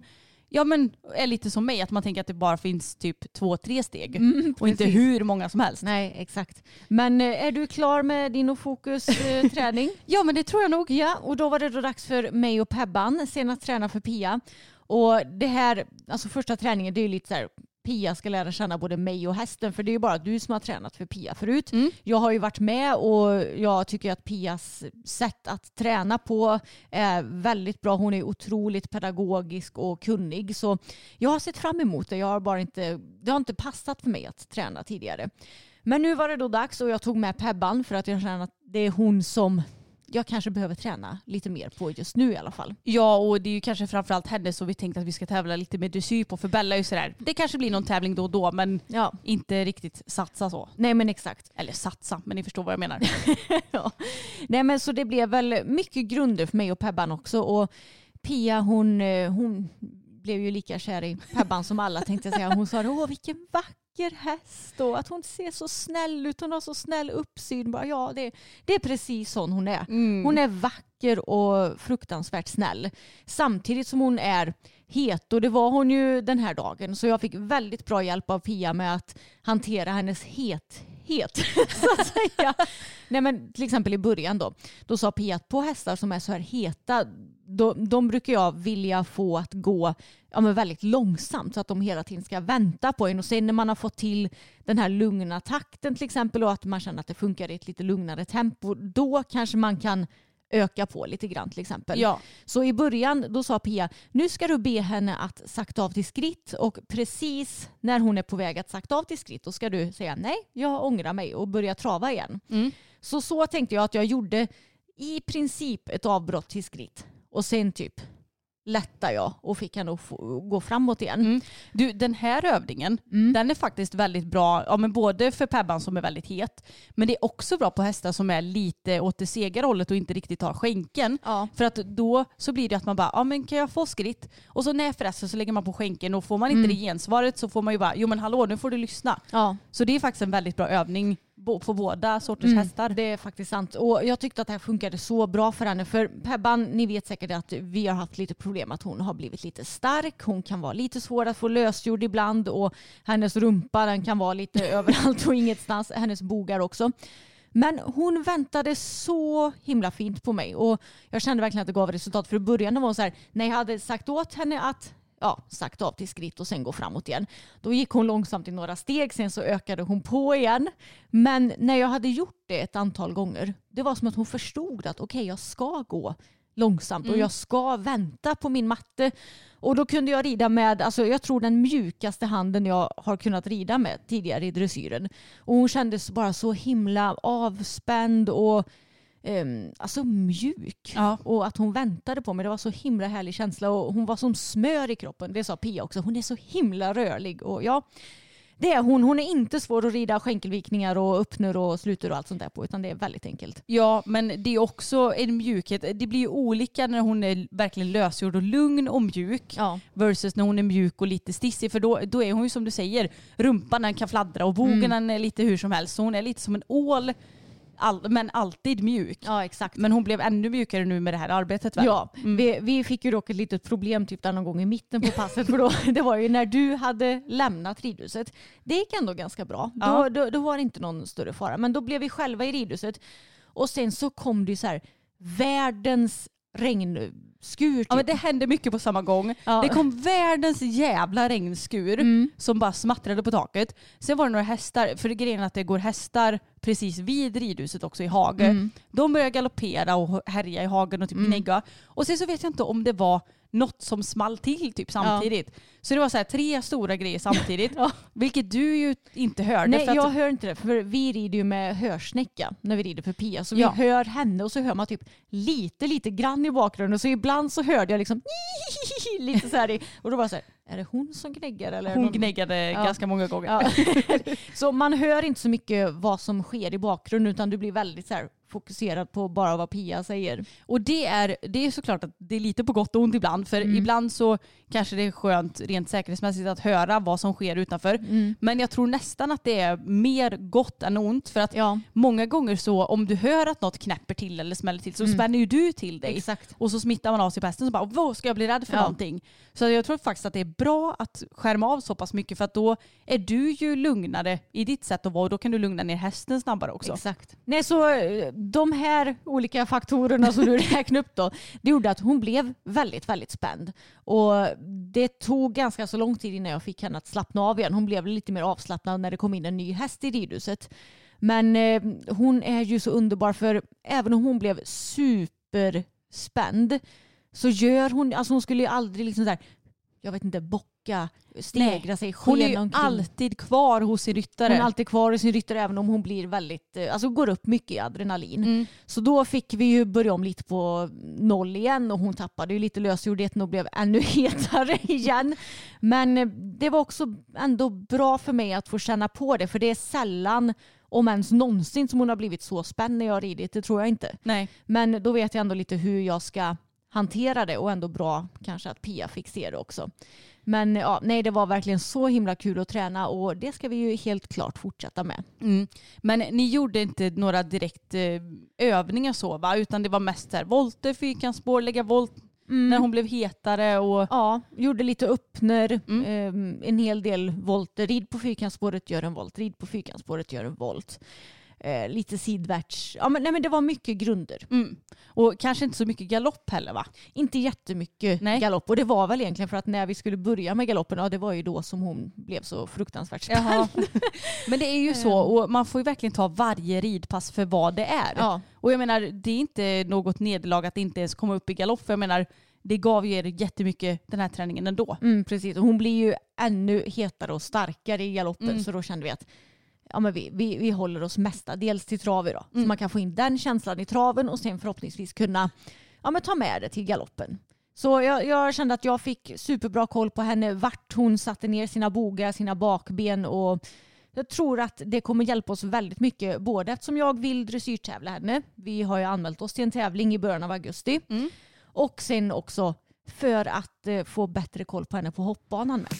är lite som mig att man tänker att det bara finns typ 2-3 steg och inte hur många som helst. Nej, exakt. Men är du klar med din fokus träning? Ja, men det tror jag nog. Ja, och då var det då dags för mig och Pebban sen att träna för Pia. Och det här, alltså första träningen, det är ju lite så här, Pia ska lära känna både mig och hästen för det är ju bara du som har tränat för Pia förut. Jag har ju varit med och jag tycker att Pias sätt att träna på är väldigt bra. Hon är otroligt pedagogisk och kunnig så jag har sett fram emot det. Det har inte passat för mig att träna tidigare. Men nu var det då dags och jag tog med Pebban för att jag känner att det är hon som jag kanske behöver träna lite mer på just nu i alla fall. Ja, och det är ju kanske framförallt henne så vi tänkte att vi ska tävla lite med dressyr på. För Bella är ju sådär, det kanske blir någon tävling då och då men inte riktigt satsa så. Nej men exakt. Eller satsa, men ni förstår vad jag menar. Ja. Nej men så det blev väl mycket grunder för mig och Pebban också. Och Pia hon blev ju lika kär i Pebban som alla tänkte säga. Hon sa, vilken vacker häst och att hon ser så snäll ut. Hon har så snäll uppsyn. Bara, det är precis sån hon är. Hon är vacker och fruktansvärt snäll. Samtidigt som hon är het och det var hon ju den här dagen. Så jag fick väldigt bra hjälp av Pia med att hantera hennes het så att säga. Nej men till exempel i början då sa Pia att på hästar som är så här heta de brukar jag vilja få att gå men väldigt långsamt så att de hela tiden ska vänta på en och sen när man har fått till den här lugna takten till exempel och att man känner att det funkar i ett lite lugnare tempo då kanske man kan öka på lite grann till exempel. Ja. Så i början då sa Pia, nu ska du be henne att sakta av till skritt och precis när hon är på väg att sakta av till skritt då ska du säga nej, jag ångrar mig och börja trava igen. Så tänkte jag att jag gjorde i princip ett avbrott till skritt och sen typ lättar jag och fick henne att gå framåt igen. Du, den här övningen, den är faktiskt väldigt bra, men både för Pebban som är väldigt het, men det är också bra på hästar som är lite åt det sega hållet och inte riktigt har skänken. Ja. För att då så blir det att man bara, men kan jag få skritt? Och så nej förresten så lägger man på skänken och får man inte det gensvaret så får man ju bara, men hallå nu får du lyssna. Ja. Så det är faktiskt en väldigt bra övning på båda sorters hästar. Det är faktiskt sant. Och jag tyckte att det här funkade så bra för henne. För Pebban, ni vet säkert att vi har haft lite problem att hon har blivit lite stark. Hon kan vara lite svår att få lösgjord ibland. Och hennes rumpa den kan vara lite överallt och ingenstans. Hennes bogar också. Men hon väntade så himla fint på mig. Och jag kände verkligen att det gav resultat. För i början var hon så här, när jag hade sagt åt henne att sagt av till skritt och sen gå framåt igen. Då gick hon långsamt i några steg, sen så ökade hon på igen. Men när jag hade gjort det ett antal gånger, det var som att hon förstod att okej, jag ska gå långsamt och jag ska vänta på min matte. Och då kunde jag rida med, alltså jag tror den mjukaste handen jag har kunnat rida med tidigare i dressyren. Och hon kändes bara så himla avspänd och alltså mjuk. Ja. Och att hon väntade på mig, det var så himla härlig känsla och hon var som smör i kroppen, det sa Pia också. Hon är så himla rörlig och det är hon är inte svår att rida skänkelvikningar och öppnor och sluter och allt sånt där på utan det är väldigt enkelt. Ja, men det är också en mjukhet. Det blir ju olika när hon är verkligen lösgjord och lugn och mjuk versus när hon är mjuk och lite stissig för då är hon ju som du säger, rumpan den kan fladdra och bogen den är lite hur som helst så hon är lite som en ål. Men alltid mjuk. Ja, exakt. Men hon blev ännu mjukare nu med det här arbetet. Väl? Ja, vi fick ju dock ett litet problem typ där någon gång i mitten på passet. För då, det var ju när du hade lämnat ridhuset. Det gick ändå ganska bra. Ja. Då var det inte någon större fara. Men då blev vi själva i ridhuset. Och sen så kom det så här världens regnskur. Typ. Ja, men det hände mycket på samma gång. Ja. Det kom världens jävla regnskur som bara smattrade på taket. Sen var det några hästar, för det grejen är att det går hästar precis vid ridhuset också i hagen. De började galoppera och härja i hagen och typ gnägga. Och sen så vet jag inte om det var något som small till typ samtidigt. Ja. Så det var så här 3 stora grejer samtidigt. Vilket du ju inte hörde. Nej, jag hör inte det. För vi rider ju med hörsnäcka när vi rider för Pia. Så vi hör henne och så hör man typ lite grann i bakgrunden. Så ibland så hörde jag liksom lite så här. Och då var det så här, är det hon som gnäggar? Eller hon gnäggade ganska många gånger. Ja. Så man hör inte så mycket vad som sker i bakgrunden utan du blir väldigt så här fokuserad på bara vad Pia säger. Och det är såklart att det är lite på gott och ont ibland. För ibland så kanske det är skönt rent säkerhetsmässigt att höra vad som sker utanför. Men jag tror nästan att det är mer gott än ont. För att många gånger så om du hör att något knäpper till eller smäller till så spänner ju du till dig. Exakt. Och så smittar man av sig pesten och så bara, vad ska jag bli rädd för någonting? Så jag tror faktiskt att det är bra att skärma av så pass mycket för att då är du ju lugnare i ditt sätt att vara och då kan du lugna ner hästen snabbare också. Exakt. Nej, så de här olika faktorerna som du räknade upp då, det gjorde att hon blev väldigt, väldigt spänd. Och det tog ganska så lång tid innan jag fick henne att slappna av igen. Hon blev lite mer avslappnad när det kom in en ny häst i ridhuset. Men hon är ju så underbar för även om hon blev superspänd så gör hon, alltså hon skulle ju aldrig liksom där, jag vet inte, bocka, stegra sig, hon är ju omkring. alltid kvar hos sin ryttare. Hon är alltid kvar hos sin ryttare även om hon blir väldigt, alltså går upp mycket i adrenalin. Så då fick vi ju börja om lite på noll igen och hon tappade ju lite lösgjordheten och blev ännu hetare igen. Men det var också ändå bra för mig att få känna på det för det är sällan om ens någonsin som hon har blivit så spänd när jag har ridit, det tror jag inte. Nej. Men då vet jag ändå lite hur jag ska hantera det och ändå bra kanske att Pia fick se det också. Men ja, nej, det var verkligen så himla kul att träna och det ska vi ju helt klart fortsätta med. Men ni gjorde inte några direkt övningar så va? Utan det var mest så här, volter, fyrkantsspår, lägga volt när hon blev hetare och... Ja, gjorde lite öppner, en hel del volter. Rid på fyrkantsspåret, gör en volt. Rid på fyrkantsspåret, gör en volt. Lite sidvärts. Ja, men det var mycket grunder. Och kanske inte så mycket galopp heller va? Inte jättemycket galopp. Och det var väl egentligen för att när vi skulle börja med galoppen, ja, det var ju då som hon blev så fruktansvärt spänd. Men det är ju så. Och man får ju verkligen ta varje ridpass för vad det är. Ja. Och jag menar, det är inte något nederlag att inte ens komma upp i galopp. För jag menar, det gav ju er jättemycket den här träningen ändå. Precis. Och hon blir ju ännu hetare och starkare i galoppen. Så då kände vi att ja, men vi håller oss mestadels till trav då. Så man kan få in den känslan i traven och sen förhoppningsvis kunna ta med det till galoppen. Så jag kände att jag fick superbra koll på henne, vart hon satte ner sina bogar, sina bakben och jag tror att det kommer hjälpa oss väldigt mycket både eftersom jag vill dressyrtävla henne. Vi har ju anmält oss till en tävling i början av augusti. Och sen också för att få bättre koll på henne på hoppbanan med.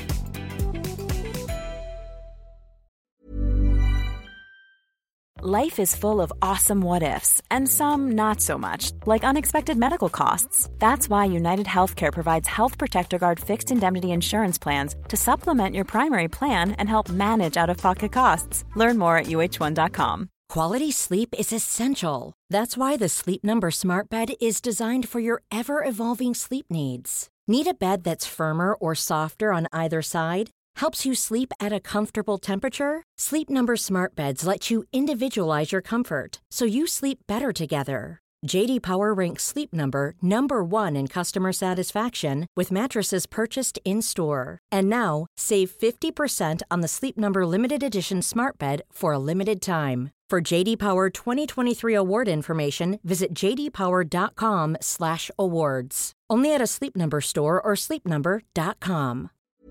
Life is full of awesome what-ifs, and some not so much, like unexpected medical costs. That's why United Healthcare provides Health Protector Guard fixed indemnity insurance plans to supplement your primary plan and help manage out-of-pocket costs. Learn more at uh1.com. Quality sleep is essential. That's why the Sleep Number Smart Bed is designed for your ever-evolving sleep needs. Need a bed that's firmer or softer on either side? Helps you sleep at a comfortable temperature? Sleep Number Smart Beds let you individualize your comfort so you sleep better together. JD Power ranks Sleep Number #1 in customer satisfaction with mattresses purchased in-store. And now, save 50% on the Sleep Number Limited Edition Smart Bed for a limited time. For JD Power 2023 award information, visit jdpower.com/awards. Only at a Sleep Number store or sleepnumber.com.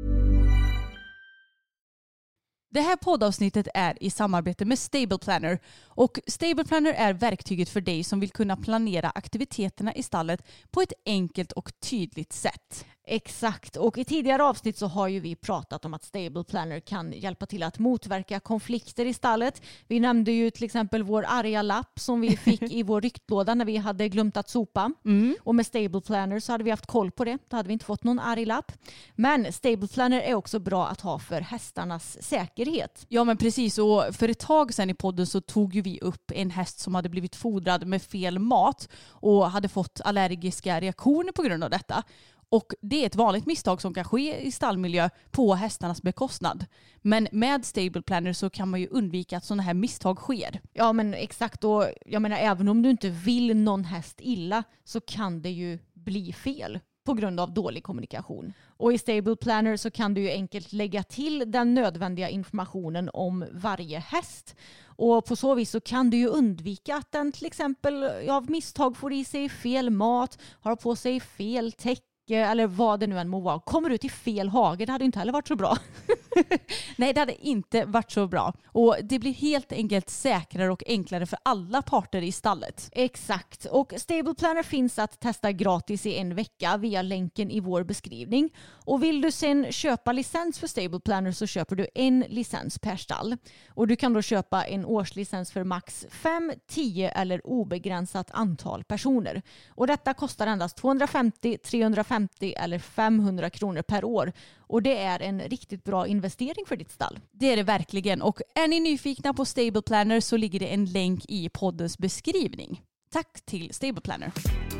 Det här poddavsnittet är i samarbete med Stable Planner. Och Stable Planner är verktyget för dig som vill kunna planera aktiviteterna i stallet på ett enkelt och tydligt sätt. Exakt, och i tidigare avsnitt så har ju vi pratat om att Stable Planner kan hjälpa till att motverka konflikter i stallet. Vi nämnde ju till exempel vår arga lapp som vi fick i vår ryktlåda när vi hade glömt att sopa. Och med Stable Planner så hade vi haft koll på det. Då hade vi inte fått någon arg lapp. Men Stable Planner är också bra att ha för hästarnas säkerhet. Ja men precis, och för ett tag sedan i podden så tog ju vi upp en häst som hade blivit fodrad med fel mat och hade fått allergiska reaktioner på grund av detta. Och det är ett vanligt misstag som kan ske i stallmiljö på hästarnas bekostnad. Men med Stable Planner så kan man ju undvika att sådana här misstag sker. Ja men exakt, och jag menar även om du inte vill någon häst illa så kan det ju bli fel på grund av dålig kommunikation. Och i Stable Planner så kan du ju enkelt lägga till den nödvändiga informationen om varje häst. Och på så vis så kan du ju undvika att den till exempel av misstag får i sig fel mat, har på sig fel täcke backe eller vad det nu än må vara. Kommer ut i fel hage, det hade inte heller varit så bra. Nej, det hade inte varit så bra. Och det blir helt enkelt säkrare och enklare för alla parter i stallet. Exakt. Och Stable Planner finns att testa gratis i en vecka via länken i vår beskrivning. Och vill du sen köpa licens för Stable Planner så köper du en licens per stall. Och du kan då köpa en årslicens för max 5, 10 eller obegränsat antal personer. Och detta kostar endast 250, 350 eller 500 kronor per år. Och det är en riktigt bra investering för ditt stall. Det är det verkligen. Och är ni nyfikna på Stable Planner så ligger det en länk i poddens beskrivning. Tack till Stable Planner.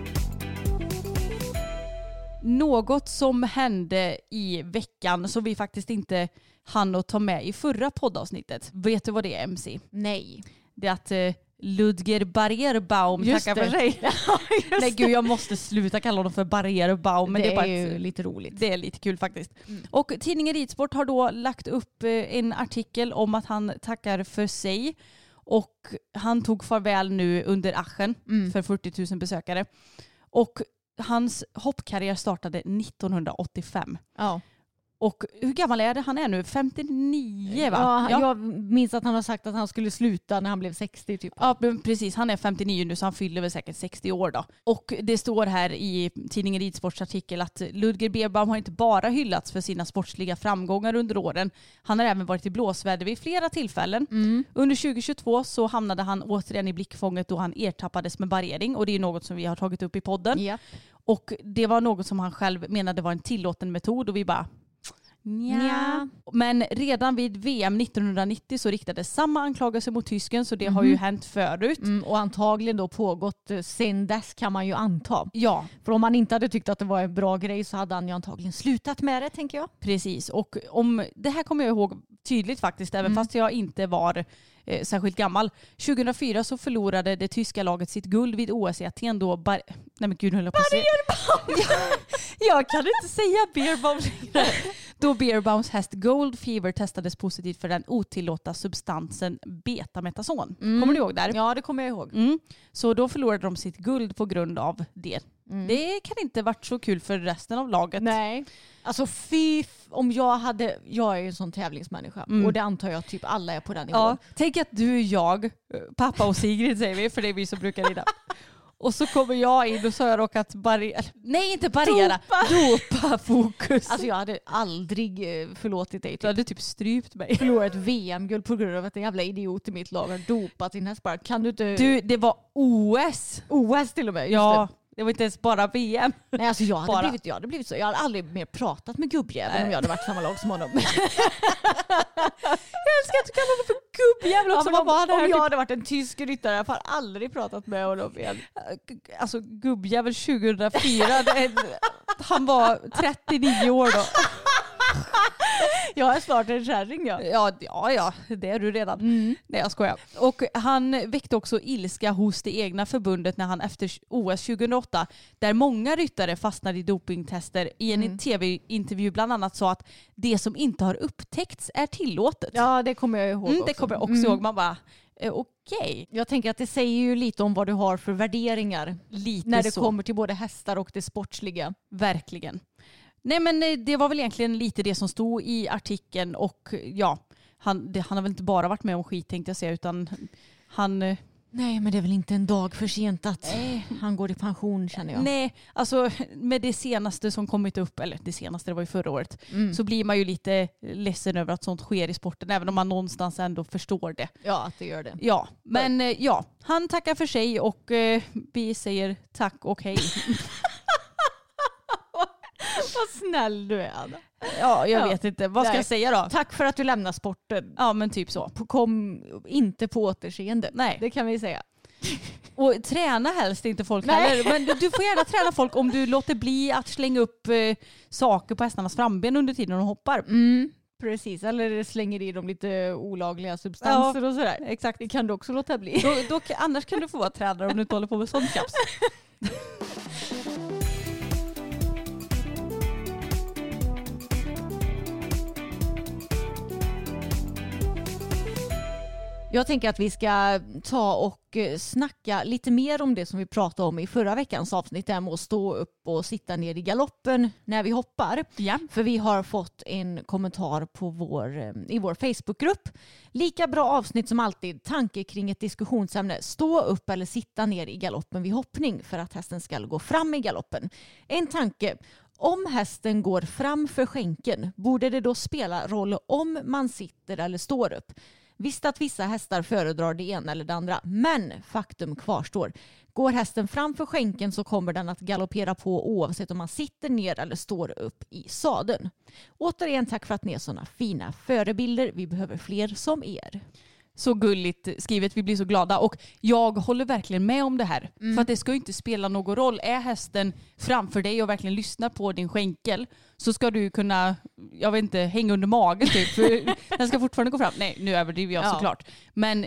Något som hände i veckan som vi faktiskt inte hann att ta med i förra poddavsnittet. Vet du vad det är, MC? Nej. Det är att Ludger Barrierbaum tackar för sig. Nej gud, jag måste sluta kalla honom för Barrierbaum. Men det är bara ju lite roligt. Det är lite kul faktiskt. Och tidningen Ridsport har då lagt upp en artikel om att han tackar för sig. Och han tog farväl nu under Aschen för 40 000 besökare. Och hans hoppkarriär startade 1985. Ja. Och hur gammal är det? Han är nu 59 va? Ja, jag minns att han har sagt att han skulle sluta när han blev 60 typ. Ja, precis. Han är 59 nu så han fyller väl säkert 60 år då. Och det står här i tidningen Ridsports artikel att Ludger Barrierbaum har inte bara hyllats för sina sportsliga framgångar under åren. Han har även varit i blåsväder vid flera tillfällen. Under 2022 så hamnade han återigen i blickfånget då han ertappades med barriering. Och det är något som vi har tagit upp i podden. Ja. Och det var något som han själv menade var en tillåten metod och vi bara... Nja. Men redan vid VM 1990 så riktades samma anklagelse mot tysken så det har ju hänt förut. Och antagligen då pågått sen dess kan man ju anta. Ja. För om man inte hade tyckt att det var en bra grej så hade han ju antagligen slutat med det tänker jag. Precis och om det här kommer jag ihåg tydligt faktiskt även fast jag inte var särskilt gammal. 2004 så förlorade det tyska laget sitt guld vid OS i Aten då Nej men gud höll jag på att säga. Jag kan inte säga Barrierbaum längre. Då Barrierbaums häst Gold Fever testades positivt för den otillåtna substansen betametason. Kommer du ihåg där? Ja, det kommer jag ihåg. Så då förlorade de sitt guld på grund av det. Det kan inte varit så kul för resten av laget. Nej. Alltså om jag är ju en sån tävlingsmänniska och det antar jag typ alla är på den nivån. Ja, tänk att du, jag, pappa och Sigrid säger vi, för det är vi som brukar rida. Och så kommer jag in och så har jag råkat dopa fokus. Alltså jag hade aldrig förlåtit dig. Du hade typ strypt mig. Förlorat ett VM-guld på grund av att en jävla idiot i mitt lag har dopat sin häst bara. Kan du inte... Du, det var OS. OS till och med. Ja, det var inte ens bara VM. Nej, alltså jag hade blivit så. Jag hade aldrig mer pratat med gubbjäveln om jag hade varit samma lag som honom. Jag älskar att du kallar honom för gubbjävel också. Om jag hade varit en tysk ryttare jag hade aldrig pratat med honom igen. Alltså gubbjävel 2004. Han var 39 år då. Jag är snart en kärring Ja, det är du redan. Nej, jag skojar. Och han väckte också ilska hos det egna förbundet när han efter OS 2008, där många ryttare fastnade i dopingtester, i en tv-intervju bland annat sa att det som inte har upptäckts är tillåtet. Ja, det kommer jag ihåg också. Det kommer jag också ihåg. Man bara, okej. Jag tänker att det säger ju lite om vad du har för värderingar. Lite när det så. kommer till både hästar och det sportsliga. Verkligen. Nej men det var väl egentligen lite det som stod i artikeln och ja, han har väl inte bara varit med om skit tänkte jag säga utan han... Nej men det är väl inte en dag för sent att han går i pension känner jag. Nej, alltså med det senaste som kommit upp, eller det senaste det var ju förra året, så blir man ju lite ledsen över att sånt sker i sporten även om man någonstans ändå förstår det. Ja, att det gör det. Ja, men ja, han tackar för sig och vi säger tack och hej. Vad snäll du är, Anna. Ja, jag vet inte. Vad ska jag säga då? Tack för att du lämnar sporten. Ja, men typ så. Kom inte på återseende. Nej. Det kan vi säga. Och träna helst inte folk heller. Men du får gärna träna folk om du låter bli att slänga upp saker på hästarnas framben under tiden de hoppar. Precis, eller slänger i dem lite olagliga substanser och sådär. Exakt. Det kan du också låta bli. Annars kan du få vara tränare om du inte håller på med sånt kaps. Jag tänker att vi ska ta och snacka lite mer om det som vi pratade om i förra veckans avsnitt. Det här med att stå upp och sitta ner i galoppen när vi hoppar. Ja. För vi har fått en kommentar på i vår Facebookgrupp. Lika bra avsnitt som alltid. Tanke kring ett diskussionsämne. Stå upp eller sitta ner i galoppen vid hoppning för att hästen ska gå fram i galoppen. En tanke. Om hästen går fram för skänken, borde det då spela roll om man sitter eller står upp? Visst att vissa hästar föredrar det ena eller det andra, men faktum kvarstår. Går hästen fram för skänken så kommer den att galoppera på oavsett om man sitter ner eller står upp i sadeln. Återigen tack för att ni är sådana fina förebilder. Vi behöver fler som er. Så gulligt skrivet, vi blir så glada. Och jag håller verkligen med om det här. För att det ska ju inte spela någon roll. Är hästen framför dig och verkligen lyssnar på din skänkel, så ska du kunna, jag vet inte, hänga under magen typ. För den ska fortfarande gå fram. Nej, nu överdriver jag såklart. Men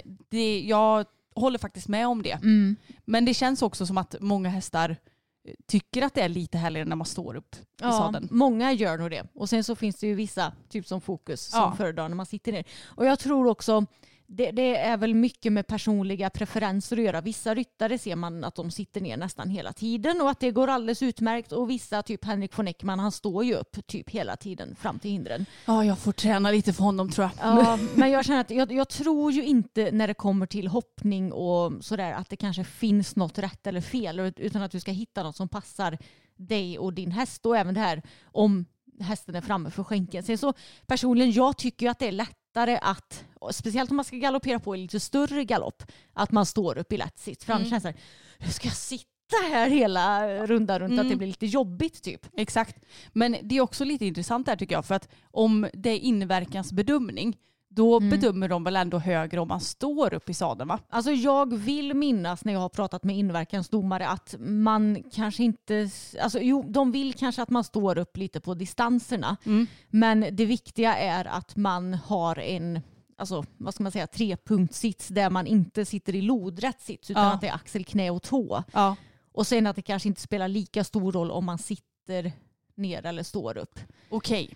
jag håller faktiskt med om det. Men det känns också som att många hästar tycker att det är lite härligare när man står upp i sadeln. Många gör nog det. Och sen så finns det ju vissa, typ som Fokus, som föredrar när man sitter ner. Och jag tror också det är väl mycket med personliga preferenser att göra. Vissa ryttare ser man att de sitter ner nästan hela tiden och att det går alldeles utmärkt. Och vissa, typ Henrik von Eckermann, han står ju upp typ hela tiden fram till hindren. Ja, jag får träna lite för honom tror jag. Ja, men jag känner att jag tror ju inte när det kommer till hoppning och sådär att det kanske finns något rätt eller fel, utan att du ska hitta något som passar dig och din häst. Och även det här om hästen är framme för skänken. Sen så personligen, jag tycker ju att det är lättare att, speciellt om man ska galoppera på i lite större galopp, att man står upp i lätt sitt. För annars känns det, nu ska jag sitta här hela rundan runt, att det blir lite jobbigt typ. Exakt. Men det är också lite intressant där tycker jag, för att om det är inverkansbedömning, då bedömer de väl ändå högre om man står upp i sadeln, va? Alltså jag vill minnas när jag har pratat med inverkansdomare att man kanske inte, alltså jo, de vill kanske att man står upp lite på distanserna. Men det viktiga är att man har en, alltså vad ska man säga, 3-punktssits där man inte sitter i lodrätt sits, utan att det är axel, knä och tå. Ja. Och sen att det kanske inte spelar lika stor roll om man sitter ner eller står upp. Okej.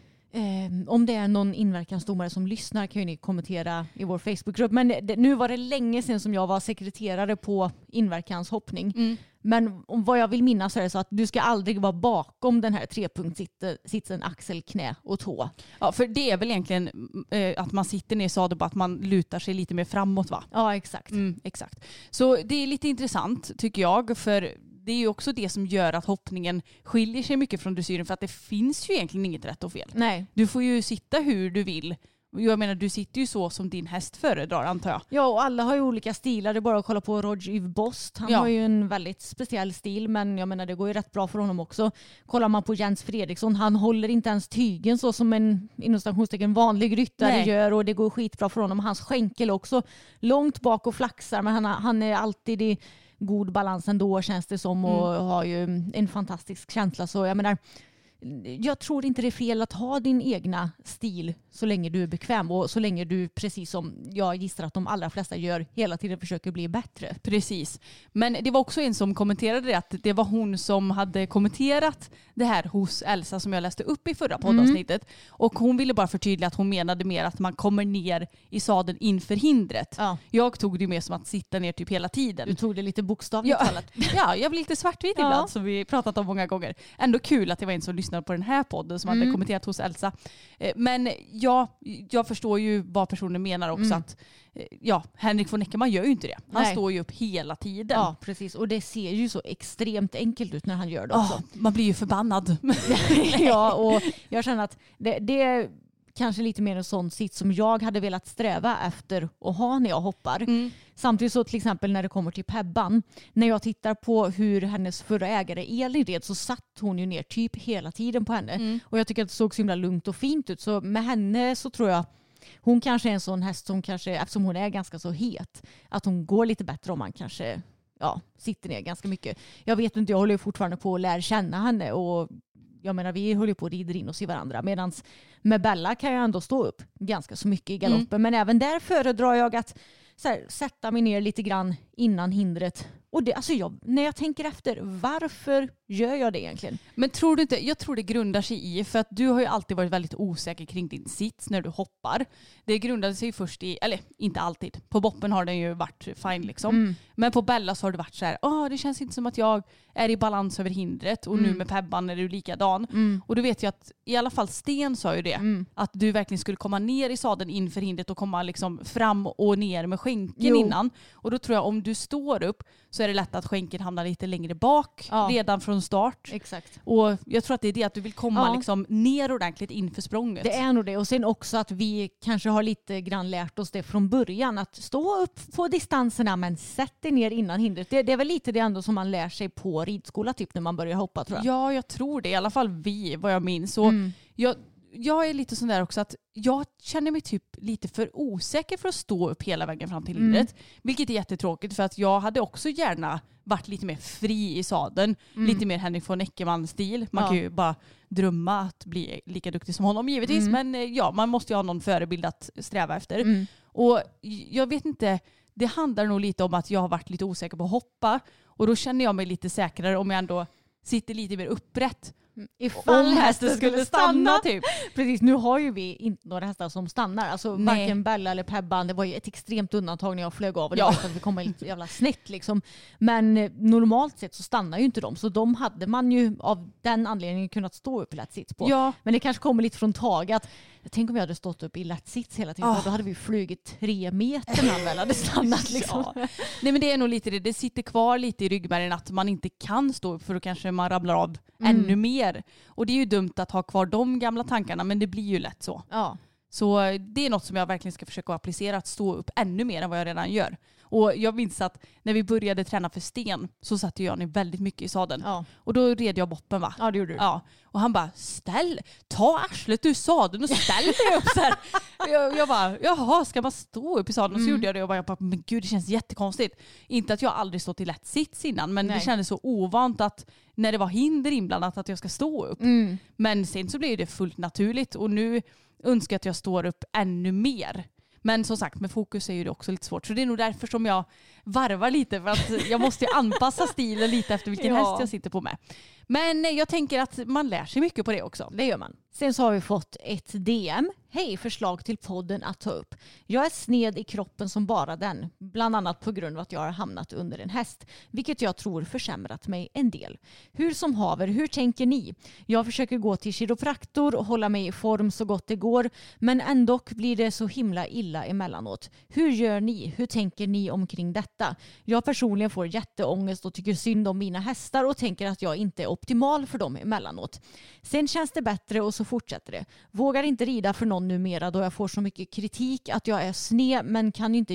Om det är någon inverkansdomare som lyssnar kan ju ni kommentera i vår Facebookgrupp. Men nu var det länge sedan som jag var sekreterare på inverkanshoppning. Men om vad jag vill minnas så är det så att du ska aldrig vara bakom den här 3-punktssitsen axel, knä och tå. Ja, för det är väl egentligen att man sitter ner i sadeln, bara att man lutar sig lite mer framåt, va? Ja, exakt. Exakt. Så det är lite intressant tycker jag, för det är ju också det som gör att hoppningen skiljer sig mycket från dressyren, för att det finns ju egentligen inget rätt och fel. Nej. Du får ju sitta hur du vill. Jag menar, du sitter ju så som din häst föredrar, antar jag. Ja, och alla har ju olika stilar. Det är bara att kolla på Roger Bost. Han har ju en väldigt speciell stil, men jag menar, det går ju rätt bra för honom också. Kollar man på Jens Fredriksson, han håller inte ens tygen så som en inom stationstecken vanlig ryttare gör, och det går skitbra för honom. Hans skänkel också långt bak och flaxar, men han är alltid i god balans ändå, känns det som, och har ju en fantastisk känsla. Så jag menar, jag tror inte det är fel att ha din egna stil så länge du är bekväm och så länge du, precis som jag gissar att de allra flesta gör, hela tiden försöker bli bättre. Precis. Men det var också en som kommenterade det, att det var hon som hade kommenterat det här hos Elsa som jag läste upp i förra poddavsnittet. Och hon ville bara förtydliga att hon menade mer att man kommer ner i sadeln inför hindret. Ja. Jag tog det mer som att sitta ner typ hela tiden. Du tog det lite bokstavligt talat. Ja, jag blir lite svartvit ibland, som vi pratat om många gånger. Ändå kul att det var en som lyssnade på den här podden som hade kommenterat hos Elsa. Men jag förstår ju vad personen menar också, att Henrik von Eckermann gör ju inte det. Han står ju upp hela tiden. Ja, precis. Och det ser ju så extremt enkelt ut när han gör det också. Man blir ju förbannad. Ja, och jag känner att det är kanske lite mer en sån sits som jag hade velat sträva efter att ha när jag hoppar. Samtidigt så till exempel när det kommer till Pebban, när jag tittar på hur hennes förra ägare Elin red, så satt hon ju ner typ hela tiden på henne. Och jag tycker att det såg så himla lugnt och fint ut. Så med henne så tror jag hon kanske är en sån häst som kanske, eftersom hon är ganska så het, att hon går lite bättre om man kanske sitter ner ganska mycket. Jag vet inte, jag håller ju fortfarande på att lära känna henne, och jag menar, vi håller på att rida in oss i varandra. Medan med Bella kan jag ändå stå upp ganska så mycket i galoppen. Men även där föredrar jag att sätta mig ner lite grann innan hindret Och det, alltså när jag tänker efter, varför gör jag det egentligen? Men tror du inte, jag tror det grundar sig i, för att du har ju alltid varit väldigt osäker kring din sits när du hoppar. Det grundade sig först i, eller inte alltid, på boppen har den ju varit fine liksom. Men på Bella så har det varit så här, det känns inte som att jag är i balans över hindret, och nu med Pebban är du likadan. Och då vet jag att i alla fall Sten sa ju det, att du verkligen skulle komma ner i sadeln inför hindret och komma liksom fram och ner med skänken innan. Och då tror jag om du står upp så är det lätt att skänken hamnar lite längre bak redan från start. Exakt. Och jag tror att det är det, att du vill komma liksom ner ordentligt inför språnget. Det är nog det. Och sen också att vi kanske har lite grann lärt oss det från början. Att stå upp på distanserna men sätt dig ner innan hindret. Det är väl lite det ändå som man lär sig på ridskola typ när man börjar hoppa, tror jag. Ja, jag tror det. I alla fall vad jag minns. Så jag är lite sån där också att jag känner mig typ lite för osäker för att stå upp hela vägen fram till hindret. Vilket är jättetråkigt, för att jag hade också gärna varit lite mer fri i sadeln. Lite mer Henrik von Eckermann-stil. Man kan ju bara drömma att bli lika duktig som honom givetvis. Men man måste ju ha någon förebild att sträva efter. Och jag vet inte, det handlar nog lite om att jag har varit lite osäker på att hoppa. Och då känner jag mig lite säkrare om jag ändå sitter lite mer upprätt. Ifall hästen skulle stanna typ. Precis, nu har ju vi inte några hästar som stannar. Alltså varken Bella eller Pebban. Det var ju ett extremt undantag när jag flög av. Och det var för att vi kom lite jävla snett liksom. Men normalt sett så stannar ju inte de. Så de hade man ju av den anledningen kunnat stå upp i lätt sits på. Ja. Men det kanske kommer lite från taget. Jag tänker om vi hade stått upp i lätt sits hela tiden. Då hade vi flugit 3 meter när väl hade stannat liksom. Nej, men det är nog lite det. Det sitter kvar lite i ryggmärgen att man inte kan stå upp, för då kanske man rabblar av ännu mer. Och det är ju dumt att ha kvar de gamla tankarna, men det blir ju lätt så. Ja. Så det är något som jag verkligen ska försöka applicera, att stå upp ännu mer än vad jag redan gör. Och jag minns att när vi började träna för Sten så satte jag ner väldigt mycket i sadeln. Ja. Och då red jag boppen, va? Ja, det gjorde du. Ja. Och han bara, ta arslet ur sadeln och ställ dig upp så här. Jag bara, jaha, ska man stå upp i sadeln? Och så gjorde jag det och jag bara, men gud, det känns jättekonstigt. Inte att jag aldrig stått i lätt sits innan, men det kändes så ovant att när det var hinder inblandat att jag ska stå upp. Men sen så blev det fullt naturligt, och nu önskar jag att jag står upp ännu mer. Men som sagt, med fokus är ju det också lite svårt. Så det är nog därför som jag varvar lite. För att jag måste ju anpassa stilen lite efter vilken häst jag sitter på med. Men jag tänker att man lär sig mycket på det också. Det gör man. Sen så har vi fått ett DM. Hej, förslag till podden att ta upp. Jag är sned i kroppen som bara den. Bland annat på grund av att jag har hamnat under en häst. Vilket jag tror försämrat mig en del. Hur som haver, hur tänker ni? Jag försöker gå till kiropraktor och hålla mig i form så gott det går. Men ändå blir det så himla illa emellanåt. Hur gör ni? Hur tänker ni omkring detta? Jag personligen får jätteångest och tycker synd om mina hästar och tänker att jag inte är optimal för dem emellanåt. Sen känns det bättre och så fortsätter det. Vågar inte rida för någon numera då jag får så mycket kritik att jag är sned men kan inte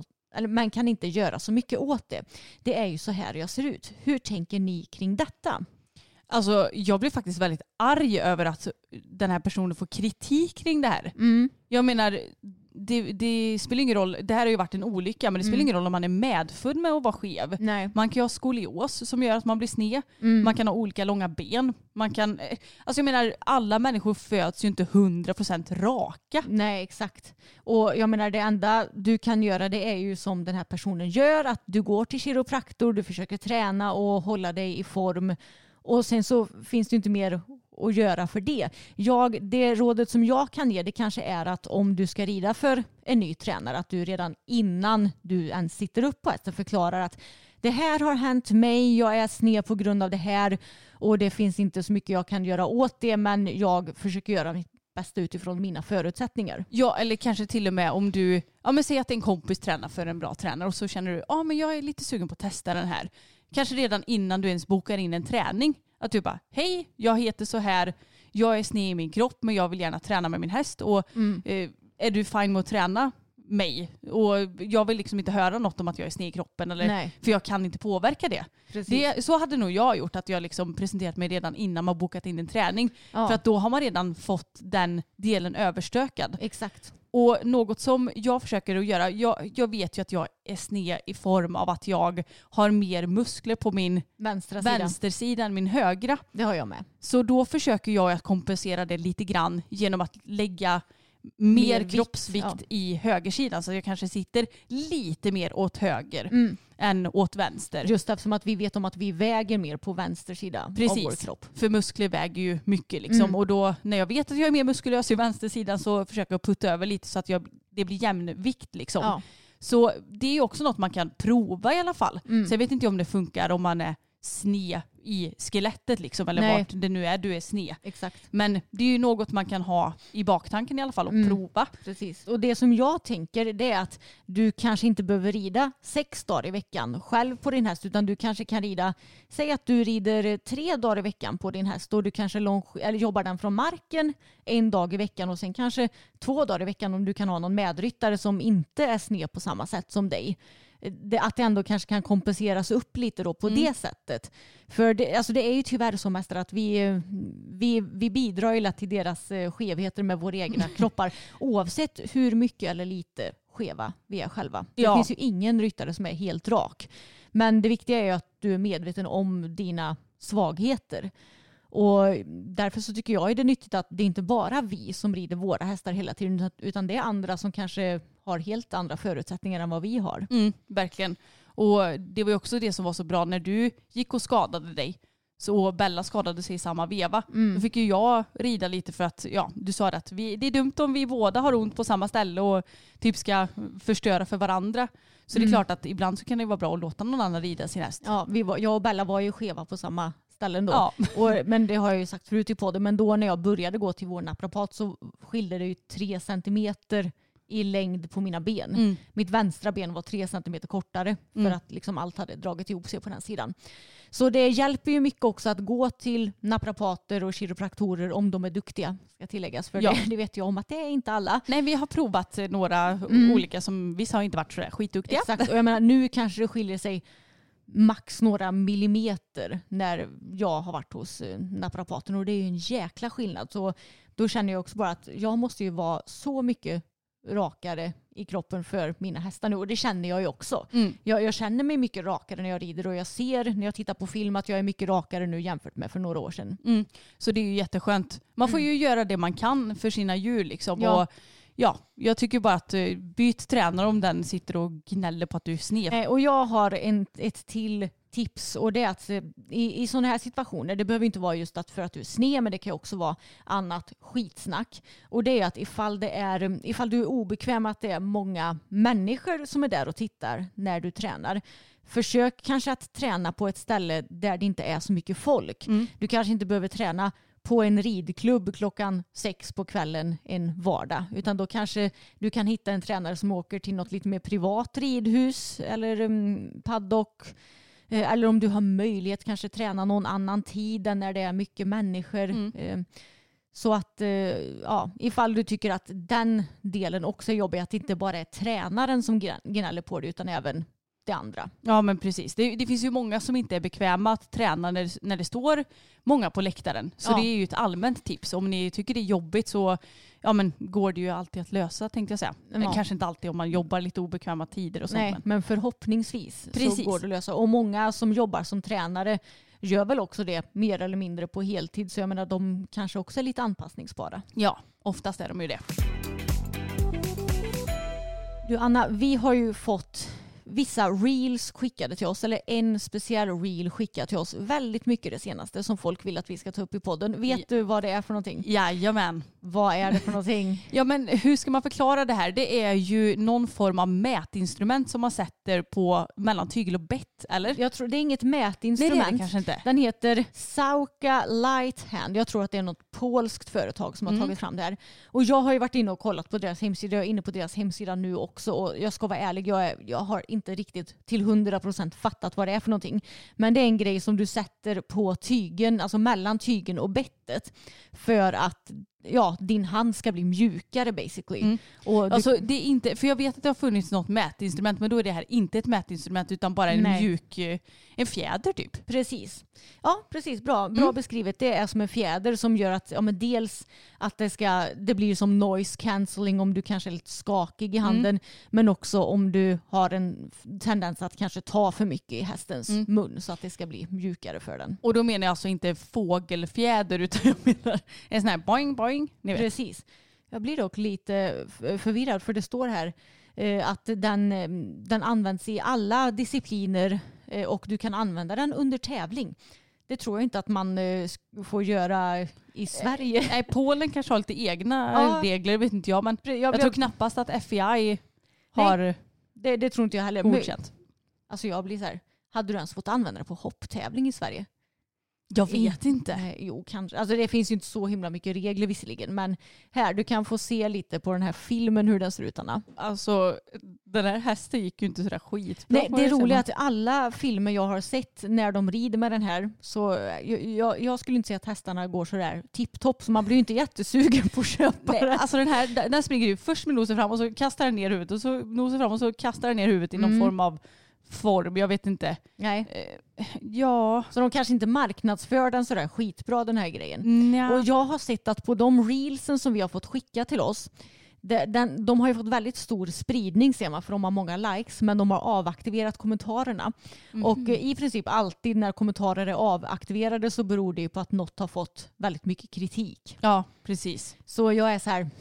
göra så mycket åt det. Det är ju så här jag ser ut. Hur tänker ni kring detta? Alltså, jag blir faktiskt väldigt arg över att den här personen får kritik kring det här. Jag menar, det spelar ingen roll. Det här har ju varit en olycka, men det spelar ingen roll om man är medfödd med att vara skev. Nej. Man kan ju ha skolios som gör att man blir sned. Man kan ha olika långa ben. Alltså jag menar, alla människor föds ju inte 100% raka. Nej, exakt. Och jag menar, det enda du kan göra, det är ju som den här personen gör, att du går till kiropraktor, du försöker träna och hålla dig i form. Och sen så finns det inte mer att göra för det. Det rådet som jag kan ge, det kanske är att om du ska rida för en ny tränare, att du redan innan du ens sitter upp på hästen förklarar att det här har hänt mig, jag är sned på grund av det här och det finns inte så mycket jag kan göra åt det, men jag försöker göra mitt bästa utifrån mina förutsättningar. Ja, eller kanske till och med om du, men säg att en kompis tränar för en bra tränare och så känner du, men jag är lite sugen på att testa den här. Kanske redan innan du ens bokar in en träning. Att du bara, hej, jag heter så här, jag är sned i min kropp men jag vill gärna träna med min häst. Och är du fine med att träna mig? Och jag vill liksom inte höra något om att jag är sned i kroppen. För jag kan inte påverka det. Så hade nog jag gjort, att jag liksom presenterat mig redan innan man bokat in en träning. Ja. För att då har man redan fått den delen överstökad. Exakt. Och något som jag försöker att göra, jag vet ju att jag är sned i form av att jag har mer muskler på min vänstersida än min högra. Det har jag med. Så då försöker jag att kompensera det lite grann genom att lägga mer kroppsvikt i högersidan. Så jag kanske sitter lite mer åt höger än åt vänster. Just eftersom att vi vet om att vi väger mer på vänster sida av vår kropp. För muskler väger ju mycket liksom. Och då när jag vet att jag är mer muskulös i vänstersidan så försöker jag putta över lite så att det blir jämnvikt liksom. Ja. Så det är ju också något man kan prova i alla fall. Så jag vet inte om det funkar om man är sned i skelettet liksom, eller vart det nu är du är sned. Exakt. Men det är ju något man kan ha i baktanken i alla fall och prova. Precis. Och det som jag tänker det är att du kanske inte behöver rida 6 dagar i veckan själv på din häst, utan du kanske kan rida, säg att du rider 3 dagar i veckan på din häst och du kanske jobbar den från marken 1 dag i veckan och sen kanske 2 dagar i veckan om du kan ha någon medryttare som inte är sned på samma sätt som dig. Att det ändå kanske kan kompenseras upp lite då på det sättet. För det är ju tyvärr så mästare att vi bidrar ju till deras skevheter med våra egna kroppar oavsett hur mycket eller lite skeva vi är själva. Det finns ju ingen ryttare som är helt rak. Men det viktiga är ju att du är medveten om dina svagheter. Och därför så tycker jag är det nyttigt att det inte bara vi som rider våra hästar hela tiden, utan det är andra som kanske har helt andra förutsättningar än vad vi har. Verkligen. Och det var ju också det som var så bra när du gick och skadade dig. Så Bella skadade sig i samma veva. Då fick ju jag rida lite för att du sa att det är dumt om vi båda har ont på samma ställe och typ ska förstöra för varandra. Så det är klart att ibland så kan det vara bra att låta någon annan rida sin häst. Ja, jag och Bella var ju skeva på samma ställen då. Ja. Men det har jag ju sagt förut i podden. Men då när jag började gå till vår naprapat så skilde det ju 3 centimeter i längd på mina ben. Mitt vänstra ben var 3 centimeter kortare för att liksom allt hade dragit ihop sig på den sidan. Så det hjälper ju mycket också att gå till naprapater och kiropraktorer om de är duktiga, ska tilläggas. För det vet jag om att det är inte alla. Nej, vi har provat några olika som vissa har inte varit så skitduktiga. Exakt, och jag menar nu kanske det skiljer sig max några millimeter när jag har varit hos naprapaten och det är ju en jäkla skillnad. Så då känner jag också bara att jag måste ju vara så mycket rakare i kroppen för mina hästar nu och det känner jag ju också. Jag känner mig mycket rakare när jag rider och jag ser när jag tittar på film att jag är mycket rakare nu jämfört med för några år sedan. Så det är ju jätteskönt. Man får ju göra det man kan för sina djur liksom. Och jag tycker bara att byt tränare om den sitter och gnäller på att du är sned. Och jag har ett till tips och det är att i sådana här situationer, det behöver inte vara just att för att du är sned, men det kan också vara annat skitsnack. Och det är att ifall du är obekväm att det är många människor som är där och tittar när du tränar, försök kanske att träna på ett ställe där det inte är så mycket folk. Du kanske inte behöver träna på en ridklubb 6 på kvällen en vardag. Utan då kanske du kan hitta en tränare som åker till något lite mer privat ridhus eller paddock. Eller om du har möjlighet kanske träna någon annan tid än när det är mycket människor. Så att ifall du tycker att den delen också är jobbig, att det inte bara är tränaren som gnäller på det utan även det andra. Ja men precis. Det finns ju många som inte är bekväma att träna när det står många på läktaren. Så det är ju ett allmänt tips. Om ni tycker det är jobbigt så går det ju alltid att lösa, tänkte jag säga. Kanske inte alltid om man jobbar lite obekväma tider och sånt. Nej, men förhoppningsvis så går det att lösa. Och många som jobbar som tränare gör väl också det mer eller mindre på heltid. Så jag menar, de kanske också är lite anpassningsbara. Ja, oftast är de ju det. Du Anna, vi har ju fått vissa reels skickade till oss, eller en speciell reel skickad till oss väldigt mycket det senaste som folk vill att vi ska ta upp i podden. Vet du vad det är för någonting? Jajamän. Vad är det för någonting? Ja, men hur ska man förklara det här? Det är ju någon form av mätinstrument som man sätter på mellan tygel och bett, eller? Jag tror det är inget mätinstrument. Nej, det är det kanske inte. Den heter Sauka Light Hand. Jag tror att det är något polskt företag som har tagit fram det här. Och jag har ju varit inne och kollat på deras hemsida. Jag är inne på deras hemsida nu också. Och jag ska vara ärlig, jag har inte riktigt till 100% fattat vad det är för någonting. Men det är en grej som du sätter på tygen, alltså mellan tygen och bettet, för att din hand ska bli mjukare basically. Och alltså, det är inte, för jag vet att det har funnits något mätinstrument, men då är det här inte ett mätinstrument utan bara en mjuk, en fjäder typ. Precis. Ja, precis. Bra beskrivet. Det är som en fjäder som gör att dels att det blir som noise cancelling om du kanske är lite skakig i handen, men också om du har en tendens att kanske ta för mycket i hästens mun så att det ska bli mjukare för den. Och då menar jag alltså inte fågelfjäder utan jag menar en sån här boing boing. Precis. Jag blir dock lite förvirrad för det står här att den används i alla discipliner och du kan använda den under tävling. Det tror jag inte att man får göra i Sverige. Nej, Polen kanske har lite egna regler, vet inte jag. Men jag tror knappast att FBI har det tror inte jag heller. godkänt. Alltså jag blir så här, hade du ens fått använda det på hopptävling i Sverige? Jag vet inte. Nej, jo, kanske. Alltså det finns ju inte så himla mycket regler visserligen. Men här, du kan få se lite på den här filmen hur den ser ut, Anna. Alltså, den här hästen gick ju inte sådär skitbra. Nej, det är roligt att alla filmer jag har sett när de rider med den här, så jag skulle inte säga att hästarna går sådär tipptopp, så man blir ju inte jättesugen på att köpa den. Alltså den springer ju först med nosen fram och så kastar den ner huvudet och så nosen fram och så kastar den ner huvudet i någon form, jag vet inte. Nej. Ja. Så de kanske inte marknadsför den sådär skitbra, den här grejen. Ja. Och jag har sett att på de reelsen som vi har fått skicka till oss, de har ju fått väldigt stor spridning ser man, för de har många likes, men de har avaktiverat kommentarerna. Och i princip alltid när kommentarer är avaktiverade så beror det ju på att något har fått väldigt mycket kritik. Ja, precis. Så jag är så här,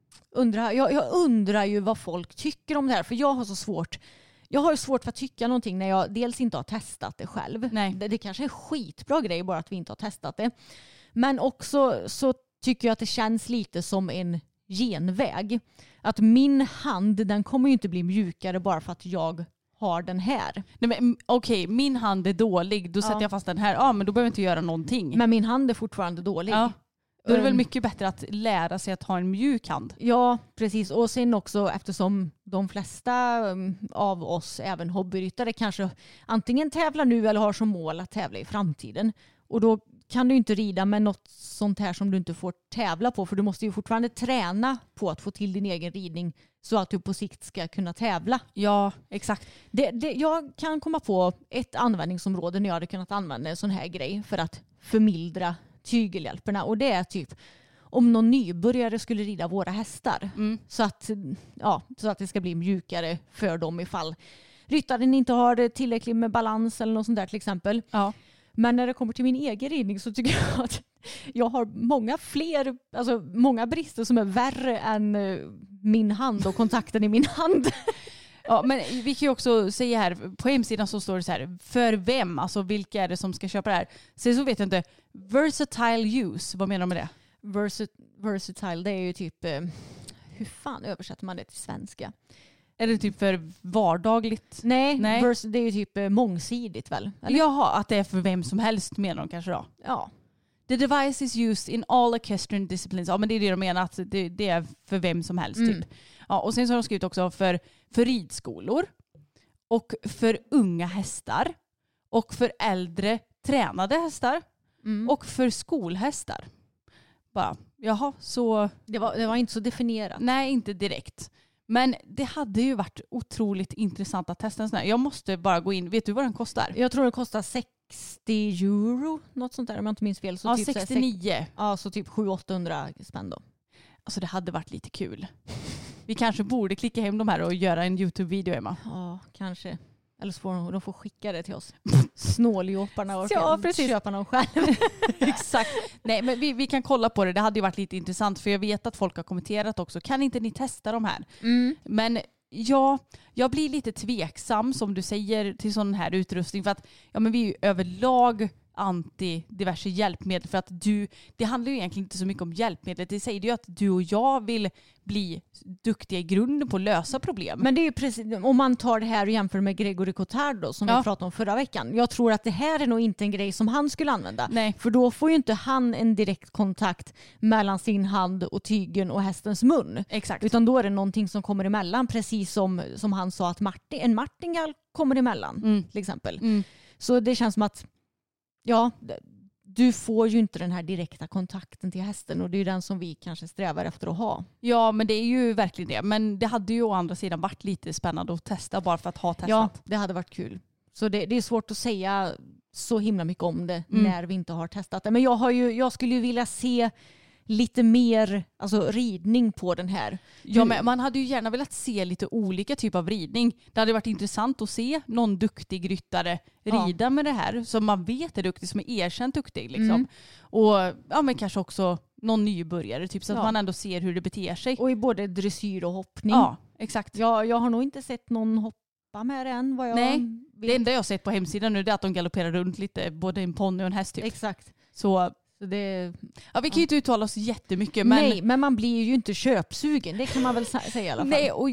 jag undrar ju vad folk tycker om det här, för jag har svårt för att tycka någonting när jag dels inte har testat det själv. Nej. Det kanske är en skitbra grej bara att vi inte har testat det. Men också så tycker jag att det känns lite som en genväg. Att min hand, den kommer ju inte bli mjukare bara för att jag har den här. Nej, men okej, min hand är dålig. Då sätter jag fast den här. Ja, men då behöver jag inte göra någonting. Men min hand är fortfarande dålig. Ja. Då är det väl mycket bättre att lära sig att ha en mjuk hand. Ja, precis. Och sen också eftersom de flesta av oss, även hobbyryttare, kanske antingen tävlar nu eller har som mål att tävla i framtiden. Och då kan du inte rida med något sånt här som du inte får tävla på. För du måste ju fortfarande träna på att få till din egen ridning så att du på sikt ska kunna tävla. Ja, exakt. Jag kan komma på ett användningsområde när jag hade kunnat använda en sån här grej för att förmildra tygelhjälperna, och det är typ om någon nybörjare skulle rida våra hästar så att det ska bli mjukare för dem ifall ryttaren inte har tillräckligt med balans eller något sånt där till exempel. Ja. Men när det kommer till min egen ridning så tycker jag att jag har många brister som är värre än min hand och kontakten i min hand. Ja, men vi kan ju också säga här, på hemsidan så står det så här, för vem, alltså vilka är det som ska köpa det här? Sen så vet jag inte, versatile use, vad menar du med det? Versatile, det är ju typ, hur fan översätter man det till svenska? Är det typ för vardagligt? Nej. Det är ju typ mångsidigt väl? Eller? Jaha, att det är för vem som helst menar de kanske då? Ja. The device is used in all equestrian disciplines. Ja, men det är det de menar, att det är för vem som helst typ. Ja, och sen så har de skrivit också för ridskolor och för unga hästar och för äldre tränade hästar och för skolhästar. Bara, jaha, så... Det var inte så definierat. Nej, inte direkt. Men det hade ju varit otroligt intressant att testa en sån här. Jag måste bara gå in. Vet du vad den kostar? Jag tror det kostar 60 euro. Något sånt där om jag inte minns fel. Så ja, typ 69. Ja, så typ 700-800 spänn då. Alltså det hade varit lite kul. Vi kanske borde klicka hem de här och göra en YouTube-video, Emma. Ja, kanske. Eller så får de skicka det till oss. Snåljåparna och köpa någon själv. Exakt. Nej, men vi kan kolla på det. Det hade ju varit lite intressant, för jag vet att folk har kommenterat också. Kan inte ni testa de här? Men ja, jag blir lite tveksam som du säger till sån här utrustning, för att men vi är ju överlag anti diverse hjälpmedel, för att det handlar ju egentligen inte så mycket om hjälpmedel. Det säger ju att du och jag vill bli duktiga i grunden på att lösa problem. Men det är ju precis, om man tar det här och jämför med Gregory Cotard då, som vi pratade om förra veckan. Jag tror att det här är nog inte en grej som han skulle använda. Nej. För då får ju inte han en direkt kontakt mellan sin hand och tygen och hästens mun. Exakt. Utan då är det någonting som kommer emellan, precis som han sa att en martingall kommer emellan till exempel. Så det känns som att du får ju inte den här direkta kontakten till hästen, och det är ju den som vi kanske strävar efter att ha. Ja, men det är ju verkligen det. Men det hade ju å andra sidan varit lite spännande att testa bara för att ha testat. Ja, det hade varit kul. Så det är svårt att säga så himla mycket om det när vi inte har testat det. Men jag skulle ju vilja se lite mer ridning på den här. Ja, men man hade ju gärna velat se lite olika typer av ridning. Det hade varit intressant att se någon duktig ryttare rida med det här, som man vet är duktig, som är erkänt duktig liksom. Och men kanske också någon nybörjare typ, så att man ändå ser hur det beter sig. Och i både dressyr och hoppning. Ja, exakt. Jag har nog inte sett någon hoppa med den. Vad jag vet. Det enda jag har sett på hemsidan nu är att de galopperar runt lite, både en ponny och en häst typ. Exakt. Så det... Ja, vi kan ju inte uttala oss jättemycket. Nej, men man blir ju inte köpsugen. Det kan man väl säga i alla fall. Nej, och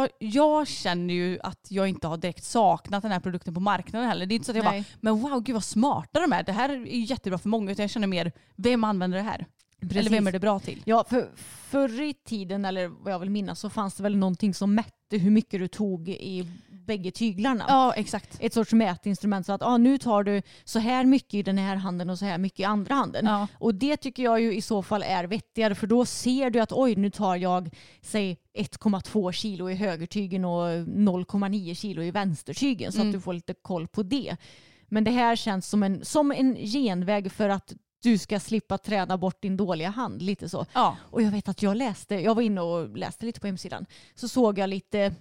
jag känner ju att jag inte har direkt saknat den här produkten på marknaden heller. Det är inte så att jag bara, men wow, gud vad smarta de är. Det här är ju jättebra för många. Utan jag känner mer, vem använder det här? Precis. Eller vem är det bra till? Ja, för förr i tiden, eller vad jag vill minnas, så fanns det väl någonting som mätte hur mycket du tog i bägge tyglarna. Ja, exakt. Ett sorts mätinstrument, så att nu tar du så här mycket i den här handen och så här mycket i andra handen. Ja. Och det tycker jag ju i så fall är vettigare, för då ser du att nu tar jag säg 1,2 kilo i högertygen och 0,9 kilo i vänstertygen, så att du får lite koll på det. Men det här känns som en genväg för att du ska slippa träna bort din dåliga hand. Lite så. Ja. Och jag vet att jag var inne och läste lite på hemsidan. Så såg jag lite,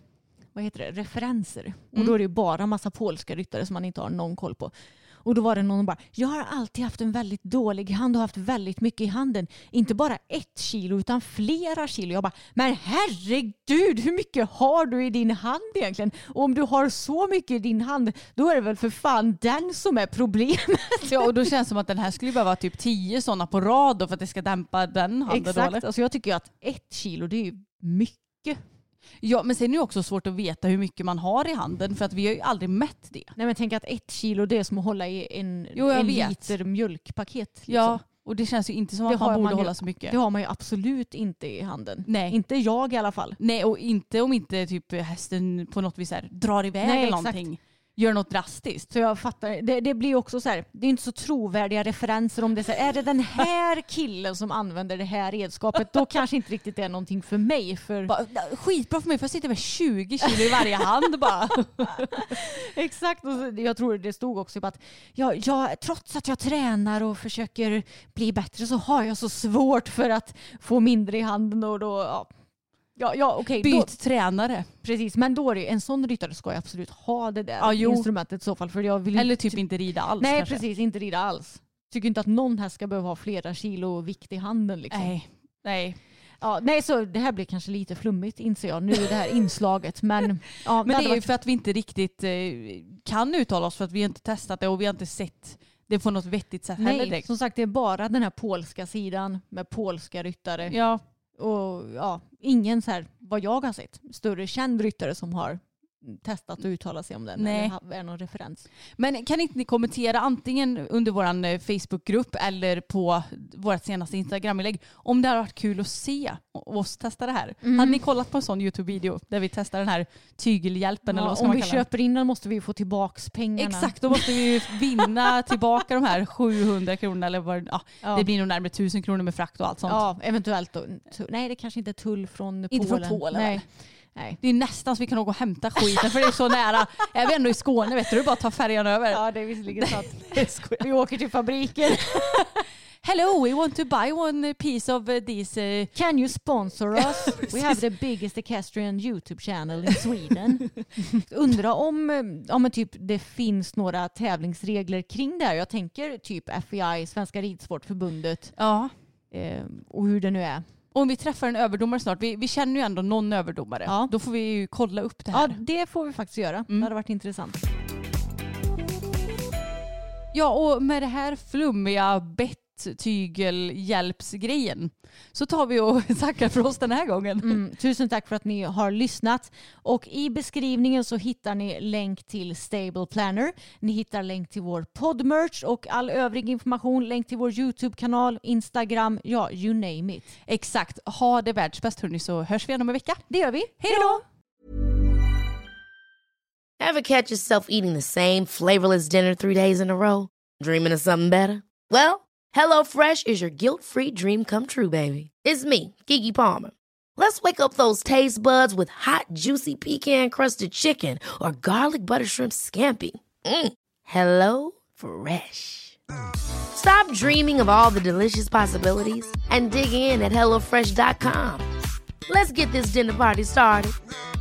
referenser. Och då är det ju bara massa polska ryttare som man inte har någon koll på. Och då var det någon som bara, jag har alltid haft en väldigt dålig hand och haft väldigt mycket i handen. Inte bara 1 kilo utan flera kilo. Jag bara, men herregud, hur mycket har du i din hand egentligen? Och om du har så mycket i din hand, då är det väl för fan den som är problemet. Ja, och då känns det som att den här skulle behöva 10 sådana på rad då, för att det ska dämpa den handen. Exakt, då, alltså jag tycker att 1 kilo det är ju mycket. Ja, men sen är det också svårt att veta hur mycket man har i handen, för att vi har ju aldrig mätt det. Nej, men tänk att 1 kilo det är som att hålla i en liter mjölkpaket. Liksom. Ja, och det känns ju inte som att man borde hålla så mycket. Det har man ju absolut inte i handen. Nej. Inte jag i alla fall. Nej, och inte om inte typ hästen på något vis här drar iväg eller någonting. Gör något drastiskt. Så jag fattar. Det blir också så här, det är inte så trovärdiga referenser om det är så här, är det den här killen som använder det här redskapet, då kanske inte riktigt är någonting för mig. Skitbra för mig, för jag sitter med 20 kilo i varje hand bara. Exakt, och jag tror det stod också på att jag, trots att jag tränar och försöker bli bättre, så har jag så svårt för att få mindre i handen, och då okej. Byt tränare. Precis, men då är det, en sån ryttare ska jag absolut ha det där instrumentet i så fall. För jag vill eller typ inte rida alls. Nej, kanske. Precis, inte rida alls. Tycker inte att någon här ska behöva ha flera kilo vikt i handen. Liksom. Nej. Ja, nej, så det här blir kanske lite flummigt, inser jag nu i det här inslaget. Men det är ju för att vi inte riktigt kan uttala oss, för att vi inte testat det och vi har inte sett det på något vettigt sätt heller. Nej, som sagt, det är bara den här polska sidan med polska ryttare. Ja. Och ingen så här, vad jag har sett, större känd ryttare som har testat att uttala sig om den. Nej. Eller är någon referens. Men kan inte ni kommentera antingen under vår Facebookgrupp eller på vårt senaste Instagram-inlägg om det har varit kul att se oss testa det här? Hade ni kollat på en sån YouTube-video där vi testar den här tygelhjälpen? Eller vad ska om man vi kalla köper in den måste vi få tillbaka pengarna. Exakt, då måste vi vinna tillbaka de här 700 kronorna eller vad det blir nog närmare 1000 kronor med frakt och allt sånt. Ja, eventuellt då. Nej, det kanske inte är tull från Polen. Inte från Polen. Nej. Det är nästan så vi kan åka och hämta skiten, för det är så nära. Är vi ändå i Skåne, vet du, bara ta färjan över. Ja, det är visserligen sant. Vi åker till fabriken. Hello, we want to buy one piece of this. Can you sponsor us? We have the biggest equestrian YouTube channel in Sweden. Undrar om typ det finns några tävlingsregler kring det här. Jag tänker typ FEI, Svenska Ridsportförbundet. Ja. Och hur det nu är. Om vi träffar en överdomare snart, vi känner ju ändå någon överdomare. Ja. Då får vi ju kolla upp det här. Ja, det får vi faktiskt göra. Det hade varit intressant. Ja, och med det här flummiga tygelhjälpsgrejen så tar vi och tackar för oss den här gången. Tusen tack för att ni har lyssnat. Och i beskrivningen så hittar ni länk till Stable Planner. Ni hittar länk till vår poddmerch och all övrig information. Länk till vår YouTube-kanal, Instagram, you name it. Exakt. Ha det världsbäst hörni, så hörs vi igen om en vecka. Det gör vi. Hej då! Ever catch yourself eating the same flavorless dinner 3 days in a row? Dreaming of something better? Well, HelloFresh is your guilt-free dream come true, baby. It's me, Keke Palmer. Let's wake up those taste buds with hot, juicy pecan-crusted chicken or garlic butter shrimp scampi. Hello Fresh. Stop dreaming of all the delicious possibilities and dig in at HelloFresh.com. Let's get this dinner party started.